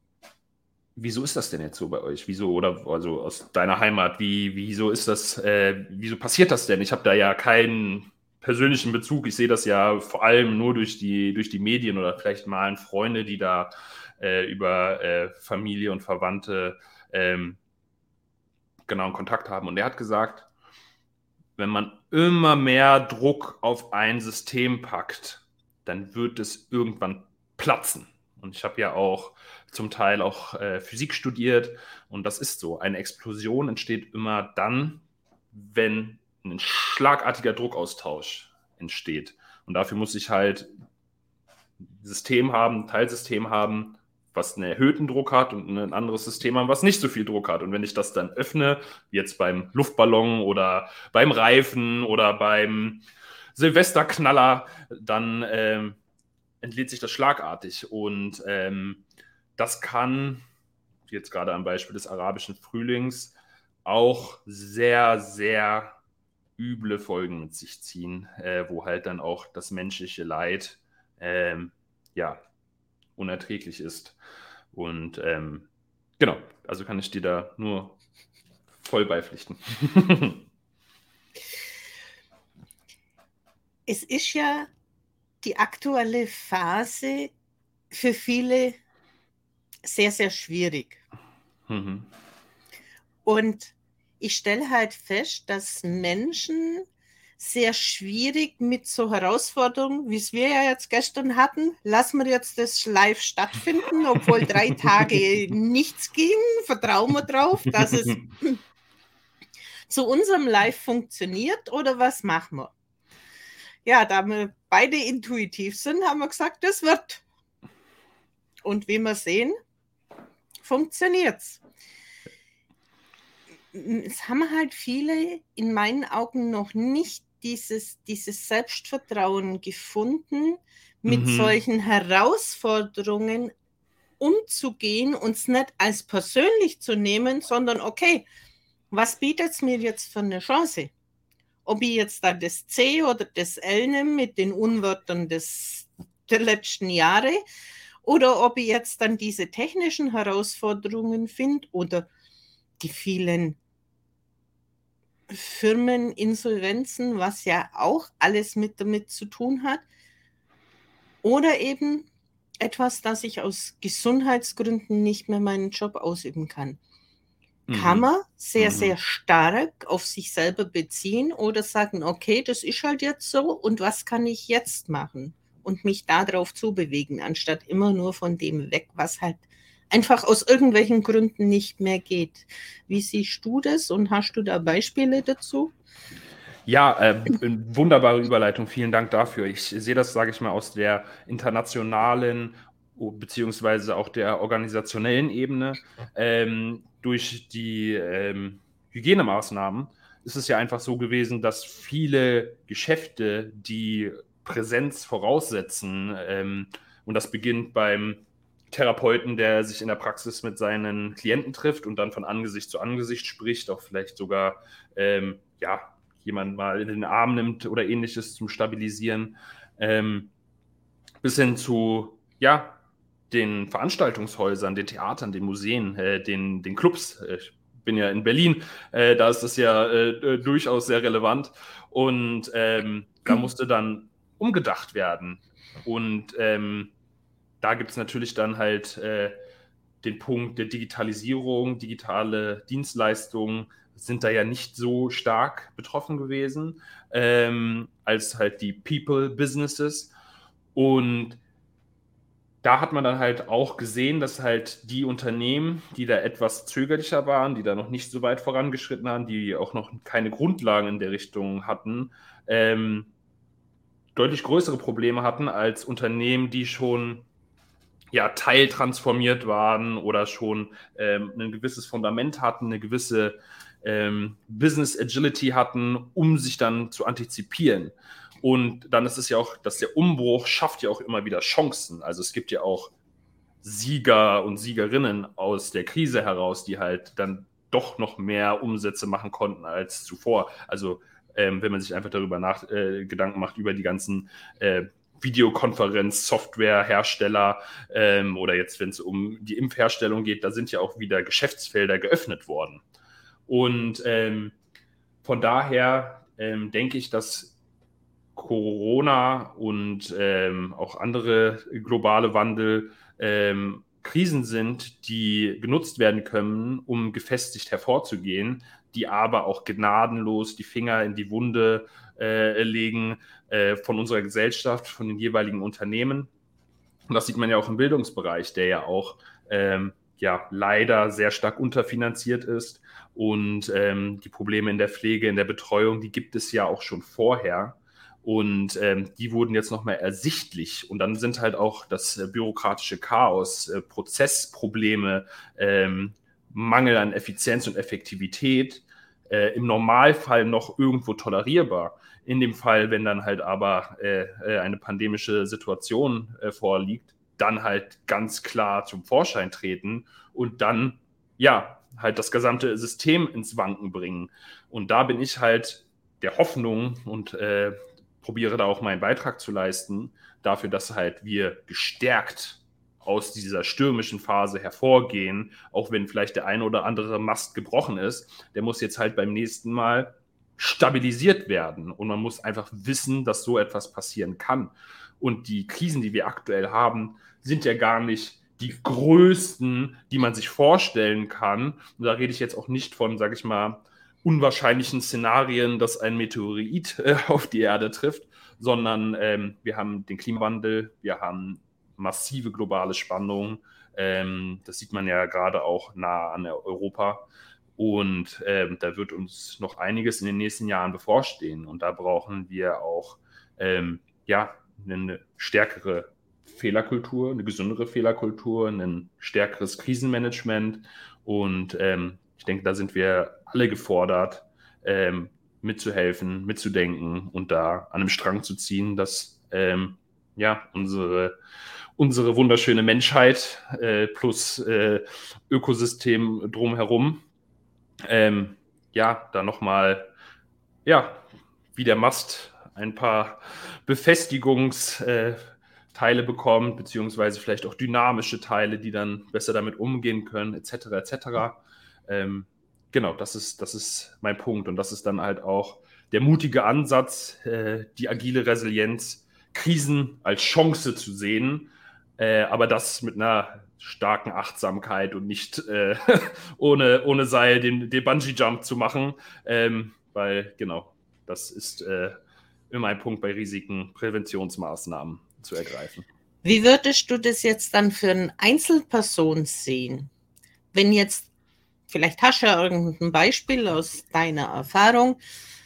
wieso ist das denn jetzt so bei euch? Wieso, oder also aus deiner Heimat, wie, wieso ist das, äh, wieso passiert das denn? Ich habe da ja keinen persönlichen Bezug. Ich sehe das ja vor allem nur durch die, durch die Medien oder vielleicht mal Freunde, die da äh, über äh, Familie und Verwandte ähm, genau in Kontakt haben. Und er hat gesagt, wenn man immer mehr Druck auf ein System packt, dann wird es irgendwann platzen. Und ich habe ja auch zum Teil auch äh, Physik studiert und das ist so. Eine Explosion entsteht immer dann, wenn ein schlagartiger Druckaustausch entsteht. Und dafür muss ich halt ein System haben, ein Teilsystem haben, was einen erhöhten Druck hat und ein anderes System haben, was nicht so viel Druck hat. Und wenn ich das dann öffne, wie jetzt beim Luftballon oder beim Reifen oder beim Silvesterknaller, dann ähm, entlädt sich das schlagartig. Und ähm, das kann, jetzt gerade am Beispiel des arabischen Frühlings, auch sehr, sehr üble Folgen mit sich ziehen, äh, wo halt dann auch das menschliche Leid ähm, ja, unerträglich ist. Und ähm, genau, also kann ich dir da nur voll beipflichten. Es ist ja die aktuelle Phase für viele sehr, sehr schwierig. Mhm. Und ich stelle halt fest, dass Menschen sehr schwierig mit so Herausforderungen, wie es wir ja jetzt gestern hatten, lassen wir jetzt das live stattfinden, obwohl drei Tage nichts ging, vertrauen wir drauf, dass es zu unserem Live funktioniert oder was machen wir? Ja, da wir beide intuitiv sind, haben wir gesagt, das wird. Und wie wir sehen, funktioniert's. Es haben halt viele in meinen Augen noch nicht dieses, dieses Selbstvertrauen gefunden, mit Mhm. solchen Herausforderungen umzugehen, uns nicht als persönlich zu nehmen, sondern okay, was bietet es mir jetzt für eine Chance? Ob ich jetzt da das C oder das L nehme mit den Unwörtern des, der letzten Jahre oder ob ich jetzt dann diese technischen Herausforderungen finde oder die vielen Firmeninsolvenzen, was ja auch alles mit damit zu tun hat. Oder eben etwas, dass ich aus Gesundheitsgründen nicht mehr meinen Job ausüben kann. Mhm. Kann man sehr, Mhm. sehr stark auf sich selber beziehen oder sagen, okay, das ist halt jetzt so und was kann ich jetzt machen? Und mich darauf zubewegen, anstatt immer nur von dem weg, was halt einfach aus irgendwelchen Gründen nicht mehr geht. Wie siehst du das und hast du da Beispiele dazu? Ja, äh, wunderbare Überleitung. Vielen Dank dafür. Ich sehe das, sage ich mal, aus der internationalen beziehungsweise auch der organisationellen Ebene. Ähm, durch die ähm, Hygienemaßnahmen ist es ja einfach so gewesen, dass viele Geschäfte, die Präsenz voraussetzen, ähm, und das beginnt beim Therapeuten, der sich in der Praxis mit seinen Klienten trifft und dann von Angesicht zu Angesicht spricht, auch vielleicht sogar ähm, ja, jemand mal in den Arm nimmt oder ähnliches zum Stabilisieren. Ähm, bis hin zu, ja, den Veranstaltungshäusern, den Theatern, den Museen, äh, den, den Clubs. Ich bin ja in Berlin, äh, da ist das ja äh, durchaus sehr relevant. Und ähm, da musste dann umgedacht werden. Und ähm, da gibt es natürlich dann halt äh, den Punkt der Digitalisierung, digitale Dienstleistungen sind da ja nicht so stark betroffen gewesen, ähm, als halt die People-Businesses. Und da hat man dann halt auch gesehen, dass halt die Unternehmen, die da etwas zögerlicher waren, die da noch nicht so weit vorangeschritten waren, die auch noch keine Grundlagen in der Richtung hatten, ähm, deutlich größere Probleme hatten als Unternehmen, die schon ja, teiltransformiert waren oder schon ähm, ein gewisses Fundament hatten, eine gewisse ähm, Business Agility hatten, um sich dann zu antizipieren. Und dann ist es ja auch, dass der Umbruch schafft ja auch immer wieder Chancen. Also es gibt ja auch Sieger und Siegerinnen aus der Krise heraus, die halt dann doch noch mehr Umsätze machen konnten als zuvor. Also ähm, wenn man sich einfach darüber nach, äh, Gedanken macht, über die ganzen äh, Videokonferenz-Softwarehersteller ähm, oder jetzt, wenn es um die Impfherstellung geht, da sind ja auch wieder Geschäftsfelder geöffnet worden. Und ähm, von daher ähm, denke ich, dass Corona und ähm, auch andere globale Wandel ähm, Krisen sind, die genutzt werden können, um gefestigt hervorzugehen, die aber auch gnadenlos die Finger in die Wunde äh, legen äh, von unserer Gesellschaft, von den jeweiligen Unternehmen. Und das sieht man ja auch im Bildungsbereich, der ja auch ähm, ja, leider sehr stark unterfinanziert ist. Und ähm, die Probleme in der Pflege, in der Betreuung, die gibt es ja auch schon vorher. Und ähm, die wurden jetzt nochmal ersichtlich. Und dann sind halt auch das äh, bürokratische Chaos, äh, Prozessprobleme, ähm, Mangel an Effizienz und Effektivität äh, im Normalfall noch irgendwo tolerierbar. In dem Fall, wenn dann halt aber äh, eine pandemische Situation äh, vorliegt, dann halt ganz klar zum Vorschein treten und dann, ja, halt das gesamte System ins Wanken bringen. Und da bin ich halt der Hoffnung und äh, probiere da auch meinen Beitrag zu leisten, dafür, dass halt wir gestärkt aus dieser stürmischen Phase hervorgehen, auch wenn vielleicht der eine oder andere Mast gebrochen ist, der muss jetzt halt beim nächsten Mal stabilisiert werden. Und man muss einfach wissen, dass so etwas passieren kann. Und die Krisen, die wir aktuell haben, sind ja gar nicht die größten, die man sich vorstellen kann. Und da rede ich jetzt auch nicht von, sage ich mal, unwahrscheinlichen Szenarien, dass ein Meteorit äh, auf die Erde trifft, sondern ähm, wir haben den Klimawandel, wir haben massive globale Spannungen. Ähm, das sieht man ja gerade auch nah an Europa. Und ähm, da wird uns noch einiges in den nächsten Jahren bevorstehen. Und da brauchen wir auch ähm, ja, eine stärkere Fehlerkultur, eine gesündere Fehlerkultur, ein stärkeres Krisenmanagement. Und ähm, ich denke, da sind wir alle gefordert, ähm, mitzuhelfen, mitzudenken und da an einem Strang zu ziehen, dass ähm, ja, unsere, unsere wunderschöne Menschheit äh, plus äh, Ökosystem drumherum ähm, ja, da nochmal, ja, wie der Mast ein paar Befestigungsteile äh, bekommt, beziehungsweise vielleicht auch dynamische Teile, die dann besser damit umgehen können, et cetera, et cetera. Ähm, genau, das ist, das ist mein Punkt und das ist dann halt auch der mutige Ansatz, äh, die agile Resilienz, Krisen als Chance zu sehen, äh, aber das mit einer starken Achtsamkeit und nicht äh, ohne, ohne Seil den, den Bungee-Jump zu machen, ähm, weil genau, das ist äh, immer ein Punkt bei Risiken, Präventionsmaßnahmen zu ergreifen. Wie würdest du das jetzt dann für eine Einzelperson sehen? Wenn jetzt, vielleicht hast du ja irgendein Beispiel aus deiner Erfahrung,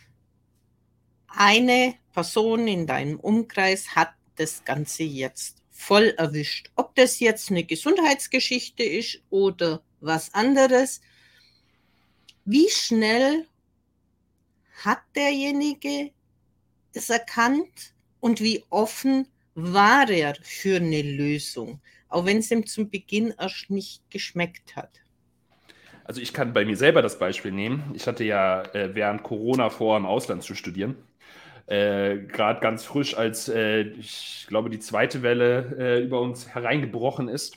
eine Person in deinem Umkreis hat das Ganze jetzt voll erwischt. Ob das jetzt eine Gesundheitsgeschichte ist oder was anderes. Wie schnell hat derjenige es erkannt und wie offen war er für eine Lösung, auch wenn es ihm zum Beginn erst nicht geschmeckt hat? Also ich kann bei mir selber das Beispiel nehmen. Ich hatte ja äh, während Corona vor, im Ausland zu studieren. äh, gerade ganz frisch, als äh, ich glaube, die zweite Welle äh, über uns hereingebrochen ist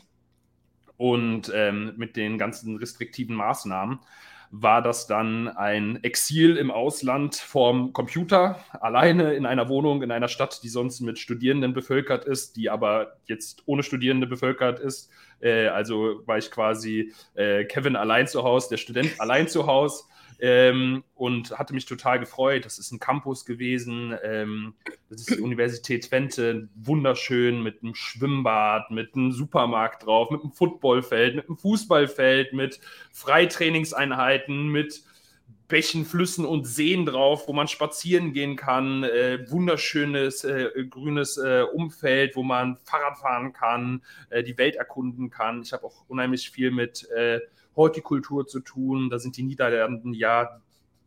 und ähm, mit den ganzen restriktiven Maßnahmen war das dann ein Exil im Ausland vorm Computer, alleine in einer Wohnung in einer Stadt, die sonst mit Studierenden bevölkert ist, die aber jetzt ohne Studierende bevölkert ist. Äh, also war ich quasi äh, Kevin allein zu Hause, der Student allein zu Hause. Ähm, und hatte mich total gefreut. Das ist ein Campus gewesen. Ähm, das ist die Universität Twente, wunderschön mit einem Schwimmbad, mit einem Supermarkt drauf, mit einem Footballfeld, mit einem Fußballfeld, mit Freitrainingseinheiten, mit Bächen, Flüssen und Seen drauf, wo man spazieren gehen kann. Äh, wunderschönes äh, grünes äh, Umfeld, wo man Fahrrad fahren kann, äh, die Welt erkunden kann. Ich habe auch unheimlich viel mit äh, Hortikultur zu tun. Da sind die Niederlanden ja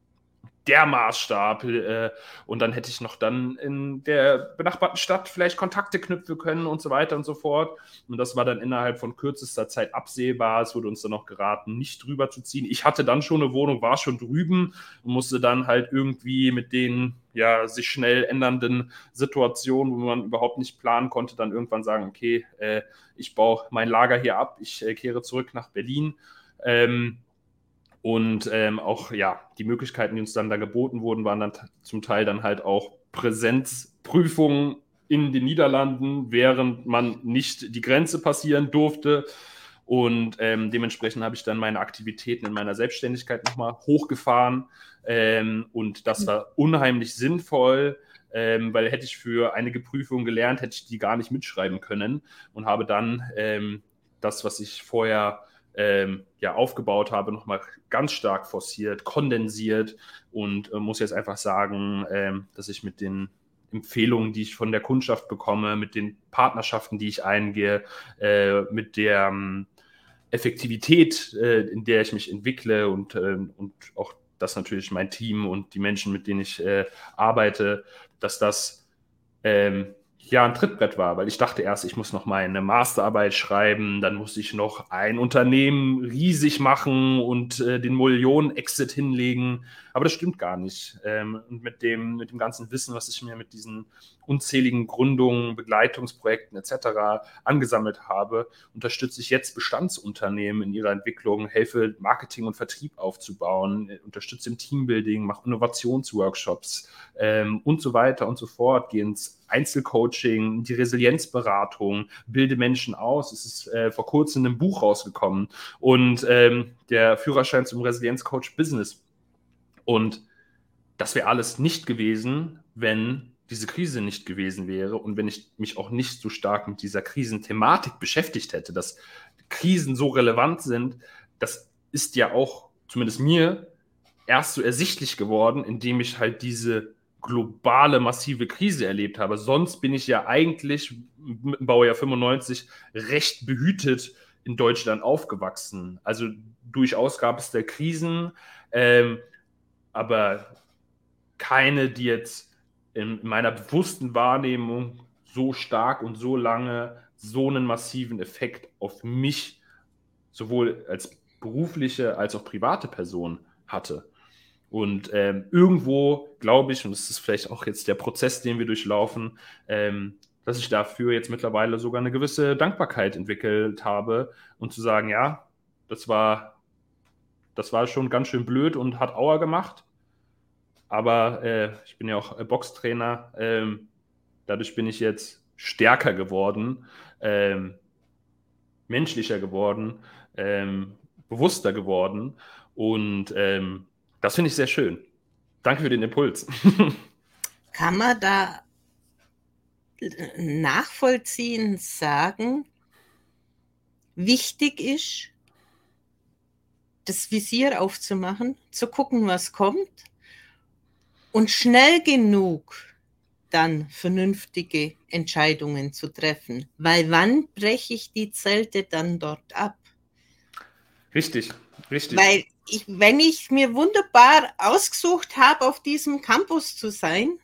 der Maßstab. Äh, und dann hätte ich noch dann in der benachbarten Stadt vielleicht Kontakte knüpfen können und so weiter und so fort. Und das war dann innerhalb von kürzester Zeit absehbar. Es wurde uns dann noch geraten, nicht drüber zu ziehen. Ich hatte dann schon eine Wohnung, war schon drüben und musste dann halt irgendwie mit den ja, sich schnell ändernden Situationen, wo man überhaupt nicht planen konnte, dann irgendwann sagen, okay, äh, ich baue mein Lager hier ab, ich äh, kehre zurück nach Berlin. Ähm, Und ähm, auch, ja, die Möglichkeiten, die uns dann da geboten wurden, waren dann t- zum Teil dann halt auch Präsenzprüfungen in den Niederlanden, während man nicht die Grenze passieren durfte. Und ähm, dementsprechend habe ich dann meine Aktivitäten in meiner Selbstständigkeit nochmal hochgefahren. Ähm, und das war unheimlich sinnvoll, ähm, weil hätte ich für einige Prüfungen gelernt, hätte ich die gar nicht mitschreiben können und habe dann ähm, das, was ich vorher Ähm, ja, aufgebaut habe, nochmal ganz stark forciert, kondensiert und äh, muss jetzt einfach sagen, ähm, dass ich mit den Empfehlungen, die ich von der Kundschaft bekomme, mit den Partnerschaften, die ich eingehe, äh, mit der ähm, Effektivität, äh, in der ich mich entwickle und, äh, und auch das natürlich mein Team und die Menschen, mit denen ich äh, arbeite, dass das ähm, ja ein Trittbrett war, weil ich dachte erst, ich muss noch meine Masterarbeit schreiben, dann muss ich noch ein Unternehmen riesig machen und äh, den Millionen-Exit hinlegen, aber das stimmt gar nicht. Ähm, und mit dem, mit dem ganzen Wissen, was ich mir mit diesen unzähligen Gründungen, Begleitungsprojekten et cetera angesammelt habe, unterstütze ich jetzt Bestandsunternehmen in ihrer Entwicklung, helfe Marketing und Vertrieb aufzubauen, unterstütze im Teambuilding, mache Innovationsworkshops ähm, und so weiter und so fort, gehe ins Einzelcoaching, die Resilienzberatung, bilde Menschen aus. Es ist äh, vor kurzem ein Buch rausgekommen und ähm, der Führerschein zum Resilienzcoach Business. Und das wäre alles nicht gewesen, wenn diese Krise nicht gewesen wäre und wenn ich mich auch nicht so stark mit dieser Krisenthematik beschäftigt hätte, dass Krisen so relevant sind. Das ist ja auch, zumindest mir, erst so ersichtlich geworden, indem ich halt diese globale, massive Krise erlebt habe. Sonst bin ich ja eigentlich mit dem Baujahr fünfundneunzig recht behütet in Deutschland aufgewachsen. Also durchaus gab es da Krisen, ähm, aber keine, die jetzt in meiner bewussten Wahrnehmung so stark und so lange so einen massiven Effekt auf mich sowohl als berufliche als auch private Person hatte. Und ähm, irgendwo glaube ich, und das ist vielleicht auch jetzt der Prozess, den wir durchlaufen, ähm, dass ich dafür jetzt mittlerweile sogar eine gewisse Dankbarkeit entwickelt habe und zu sagen, ja, das war, das war schon ganz schön blöd und hat Aua gemacht. Aber äh, ich bin ja auch äh, Boxtrainer. Ähm, dadurch bin ich jetzt stärker geworden, ähm, menschlicher geworden, ähm, bewusster geworden. Und ähm, das finde ich sehr schön. Danke für den Impuls. Kann man da nachvollziehen, sagen, wichtig ist, das Visier aufzumachen, zu gucken, was kommt und schnell genug dann vernünftige Entscheidungen zu treffen. Weil wann breche ich die Zelte dann dort ab? Richtig, richtig. Weil ich, wenn ich mir wunderbar ausgesucht habe, auf diesem Campus zu sein,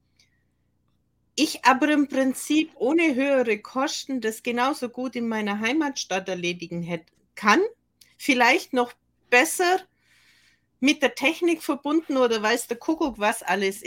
ich aber im Prinzip ohne höhere Kosten das genauso gut in meiner Heimatstadt erledigen hätte, kann, vielleicht noch besser mit der Technik verbunden oder weiß der Kuckuck, was alles ist,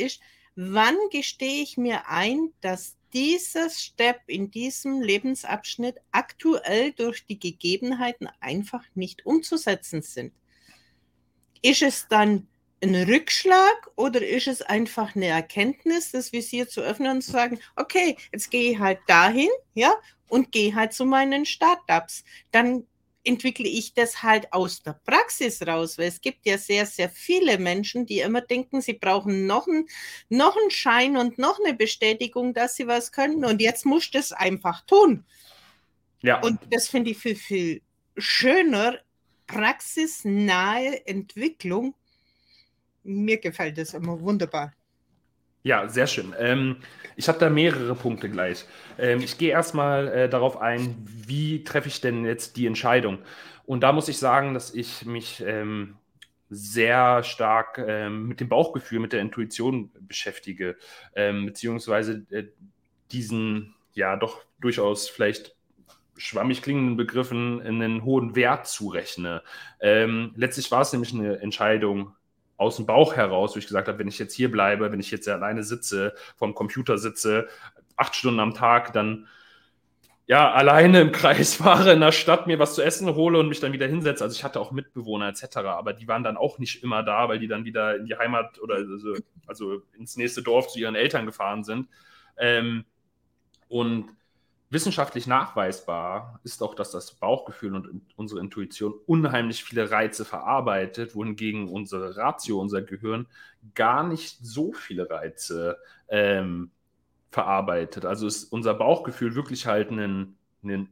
Wann gestehe ich mir ein, dass dieser Step in diesem Lebensabschnitt aktuell durch die Gegebenheiten einfach nicht umzusetzen sind? Ist es dann ein Rückschlag oder ist es einfach eine Erkenntnis, das Visier zu öffnen und zu sagen, okay, jetzt gehe ich halt dahin, ja, und gehe halt zu meinen Startups. Dann entwickle ich das halt aus der Praxis raus, weil es gibt ja sehr, sehr viele Menschen, die immer denken, sie brauchen noch einen, noch einen Schein und noch eine Bestätigung, dass sie was können und jetzt muss ich das einfach tun. Ja. Und das finde ich viel, viel schöner, praxisnahe Entwicklung. Mir gefällt das immer wunderbar. Ja, sehr schön. Ähm, ich habe da mehrere Punkte gleich. Ähm, ich gehe erstmal äh, darauf ein, wie treffe ich denn jetzt die Entscheidung? Und da muss ich sagen, dass ich mich ähm, sehr stark ähm, mit dem Bauchgefühl, mit der Intuition beschäftige, ähm, beziehungsweise äh, diesen, ja, doch durchaus vielleicht schwammig klingenden Begriffen einen hohen Wert zurechne. Ähm, letztlich war es nämlich eine Entscheidung aus dem Bauch heraus, wo ich gesagt habe, wenn ich jetzt hier bleibe, wenn ich jetzt alleine sitze, vorm Computer sitze, acht Stunden am Tag, dann ja, alleine im Kreis fahre in der Stadt, mir was zu essen hole und mich dann wieder hinsetze. Also ich hatte auch Mitbewohner et cetera, aber die waren dann auch nicht immer da, weil die dann wieder in die Heimat oder also, also ins nächste Dorf zu ihren Eltern gefahren sind. Ähm, und wissenschaftlich nachweisbar ist auch, dass das Bauchgefühl und unsere Intuition unheimlich viele Reize verarbeitet, wohingegen unsere Ratio, unser Gehirn, gar nicht so viele Reize ähm, verarbeitet. Also ist unser Bauchgefühl wirklich halt ein, ein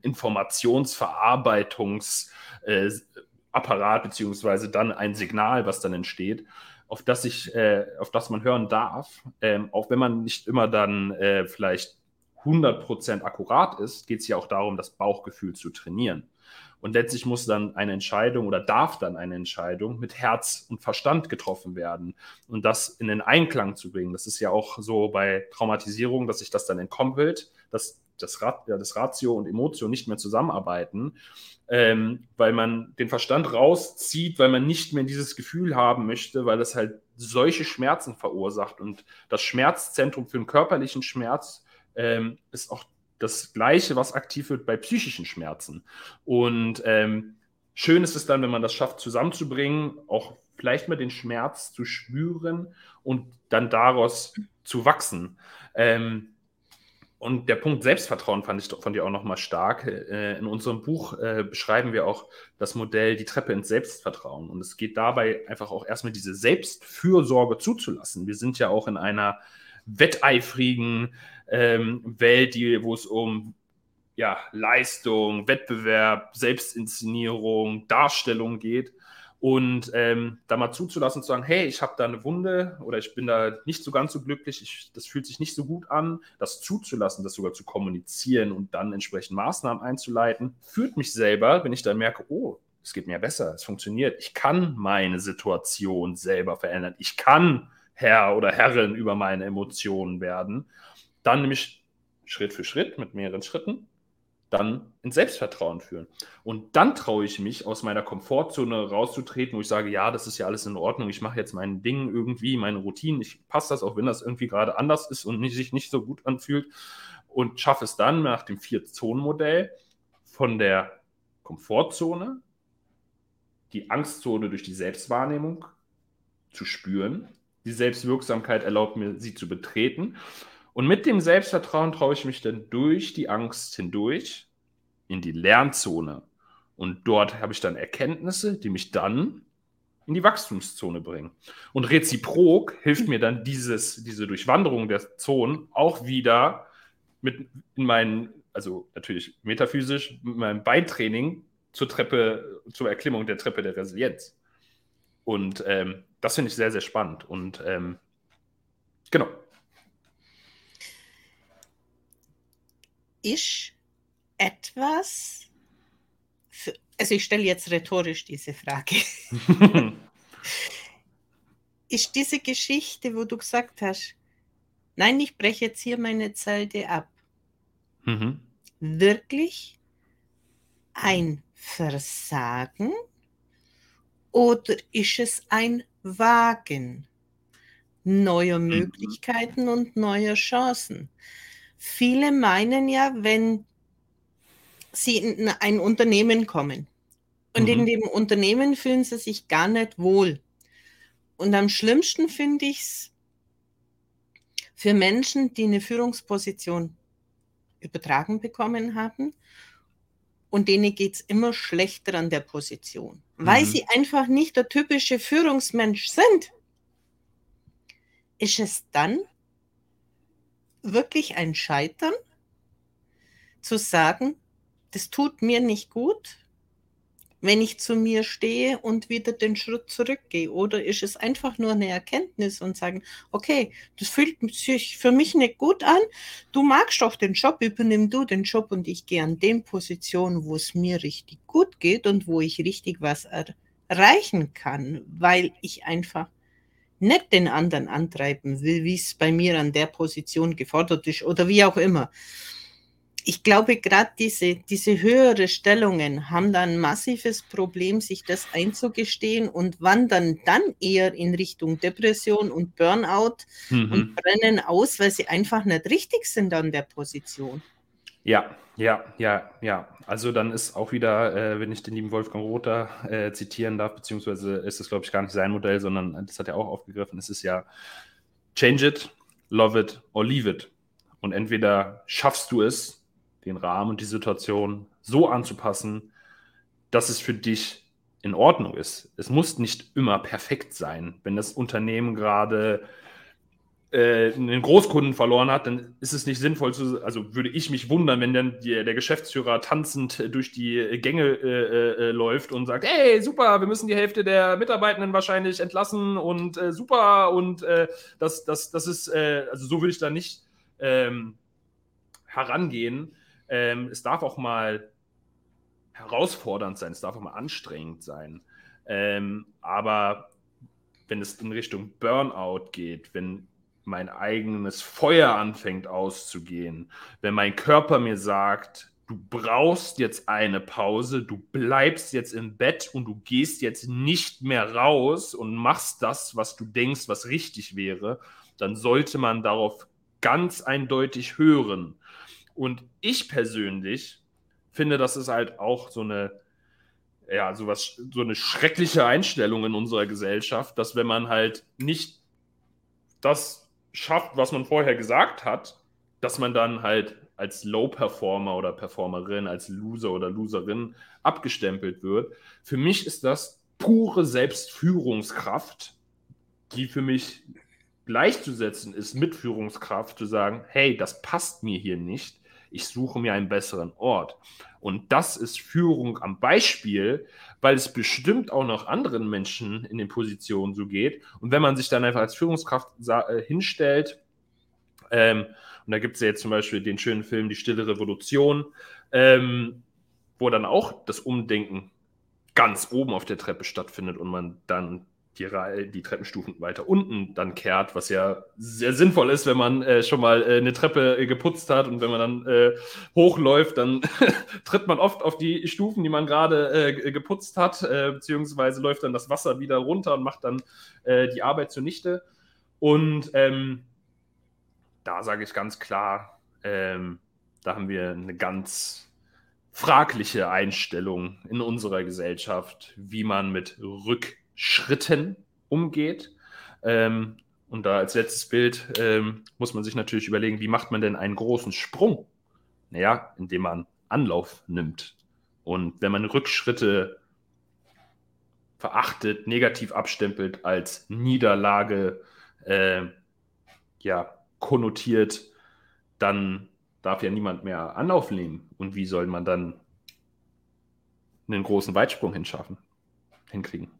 Informationsverarbeitungsapparat, äh, beziehungsweise dann ein Signal, was dann entsteht, auf das, ich, äh, auf das man hören darf, ähm, auch wenn man nicht immer dann äh, vielleicht hundert Prozent akkurat ist, geht es ja auch darum, das Bauchgefühl zu trainieren. Und letztlich muss dann eine Entscheidung oder darf dann eine Entscheidung mit Herz und Verstand getroffen werden. Und das in den Einklang zu bringen, das ist ja auch so bei Traumatisierung, dass sich das dann entkoppelt, dass das, Rat, ja, das Ratio und Emotion nicht mehr zusammenarbeiten, ähm, weil man den Verstand rauszieht, weil man nicht mehr dieses Gefühl haben möchte, weil es halt solche Schmerzen verursacht. Und das Schmerzzentrum für den körperlichen Schmerz ähm, ist auch das Gleiche, was aktiv wird bei psychischen Schmerzen. Und ähm, schön ist es dann, wenn man das schafft, zusammenzubringen, auch vielleicht mal den Schmerz zu spüren und dann daraus zu wachsen. Ähm, und der Punkt Selbstvertrauen fand ich von dir auch nochmal stark. Äh, in unserem Buch äh, beschreiben wir auch das Modell Die Treppe ins Selbstvertrauen. Und es geht dabei einfach auch erstmal diese Selbstfürsorge zuzulassen. Wir sind ja auch in einer wetteifrigen ähm, Welt, die, wo es um ja, Leistung, Wettbewerb, Selbstinszenierung, Darstellung geht. Und ähm, da mal zuzulassen, zu sagen, hey, ich habe da eine Wunde oder ich bin da nicht so ganz so glücklich, ich, das fühlt sich nicht so gut an, das zuzulassen, das sogar zu kommunizieren und dann entsprechend Maßnahmen einzuleiten, führt mich selber, wenn ich dann merke, oh, es geht mir besser, es funktioniert, ich kann meine Situation selber verändern, ich kann Herr oder Herrin über meine Emotionen werden, dann nämlich Schritt für Schritt mit mehreren Schritten dann ins Selbstvertrauen führen. Und dann traue ich mich, aus meiner Komfortzone rauszutreten, wo ich sage, ja, das ist ja alles in Ordnung, ich mache jetzt mein Ding irgendwie, meine Routinen, ich passe das, auch wenn das irgendwie gerade anders ist und nicht, sich nicht so gut anfühlt und schaffe es dann nach dem Vier-Zonen-Modell von der Komfortzone, die Angstzone durch die Selbstwahrnehmung zu spüren. Die Selbstwirksamkeit erlaubt mir, sie zu betreten. Und mit dem Selbstvertrauen traue ich mich dann durch die Angst hindurch in die Lernzone. Und dort habe ich dann Erkenntnisse, die mich dann in die Wachstumszone bringen. Und reziprok hilft mir dann dieses, diese Durchwanderung der Zonen auch wieder mit in meinen, also natürlich metaphysisch, mit meinem Beintraining zur Treppe, zur Erklimmung der Treppe der Resilienz. Und ähm, das finde ich sehr, sehr spannend. Und ähm, genau. Ist etwas, für, also ich stelle jetzt rhetorisch diese Frage, ist diese Geschichte, wo du gesagt hast, nein, ich breche jetzt hier meine Zelte ab, mhm. wirklich ein Versagen oder ist es ein Wagen? neuer Möglichkeiten und neuer Chancen. Viele meinen ja, wenn sie in ein Unternehmen kommen und mhm. in dem Unternehmen fühlen sie sich gar nicht wohl. Und am schlimmsten finde ich es für Menschen, die eine Führungsposition übertragen bekommen haben und denen geht es immer schlechter an der Position, weil mhm. sie einfach nicht der typische Führungsmensch sind. Ist es dann wirklich ein Scheitern, zu sagen, das tut mir nicht gut, wenn ich zu mir stehe und wieder den Schritt zurückgehe? Oder ist es einfach nur eine Erkenntnis und sagen, okay, das fühlt sich für mich nicht gut an, du magst doch den Job, übernimm du den Job und ich gehe an den Positionen, wo es mir richtig gut geht und wo ich richtig was er- erreichen kann, weil ich einfach nicht den anderen antreiben will, wie es bei mir an der Position gefordert ist oder wie auch immer. Ich glaube, gerade diese, diese höhere Stellungen haben da ein massives Problem, sich das einzugestehen und wandern dann eher in Richtung Depression und Burnout mhm. und brennen aus, weil sie einfach nicht richtig sind an der Position. Ja, ja, ja, ja. Also dann ist auch wieder, äh, wenn ich den lieben Wolfgang Rother äh, zitieren darf, beziehungsweise ist das, glaube ich, gar nicht sein Modell, sondern das hat er auch aufgegriffen. Es ist ja change it, love it or leave it. Und entweder schaffst du es, den Rahmen und die Situation so anzupassen, dass es für dich in Ordnung ist. Es muss nicht immer perfekt sein. Wenn das Unternehmen gerade äh, einen Großkunden verloren hat, dann ist es nicht sinnvoll zu, also würde ich mich wundern, wenn dann die, der Geschäftsführer tanzend durch die Gänge äh, äh, läuft und sagt, hey, super, wir müssen die Hälfte der Mitarbeitenden wahrscheinlich entlassen und äh, super und äh, das, das, das ist, äh, also so würde ich da nicht ähm, herangehen. Ähm, es darf auch mal herausfordernd sein, es darf auch mal anstrengend sein. Ähm, aber wenn es in Richtung Burnout geht, wenn mein eigenes Feuer anfängt auszugehen, wenn mein Körper mir sagt, du brauchst jetzt eine Pause, du bleibst jetzt im Bett und du gehst jetzt nicht mehr raus und machst das, was du denkst, was richtig wäre, dann sollte man darauf ganz eindeutig hören. Und ich persönlich finde, das ist halt auch so eine, ja, sowas, so eine schreckliche Einstellung in unserer Gesellschaft, dass wenn man halt nicht das schafft, was man vorher gesagt hat, dass man dann halt als Low-Performer oder Performerin, als Loser oder Loserin abgestempelt wird. Für mich ist das pure Selbstführungskraft, die für mich gleichzusetzen ist mit Führungskraft, zu sagen, hey, das passt mir hier nicht, ich suche mir einen besseren Ort. Und das ist Führung am Beispiel, weil es bestimmt auch noch anderen Menschen in den Positionen so geht. Und wenn man sich dann einfach als Führungskraft äh, hinstellt, ähm, und da gibt es ja jetzt zum Beispiel den schönen Film Die Stille Revolution, ähm, wo dann auch das Umdenken ganz oben auf der Treppe stattfindet und man dann die, die Treppenstufen weiter unten dann kehrt, was ja sehr sinnvoll ist, wenn man äh, schon mal äh, eine Treppe äh, geputzt hat und wenn man dann äh, hochläuft, dann tritt man oft auf die Stufen, die man gerade äh, geputzt hat, äh, beziehungsweise läuft dann das Wasser wieder runter und macht dann äh, die Arbeit zunichte. Und ähm, da sage ich ganz klar, ähm, da haben wir eine ganz fragliche Einstellung in unserer Gesellschaft, wie man mit Rückschritten umgeht. Ähm, und da als letztes Bild ähm, muss man sich natürlich überlegen, wie macht man denn einen großen Sprung? Naja, indem man Anlauf nimmt. Und wenn man Rückschritte verachtet, negativ abstempelt, als Niederlage äh, ja, konnotiert, dann darf ja niemand mehr Anlauf nehmen. Und wie soll man dann einen großen Weitsprung hinschaffen, hinkriegen?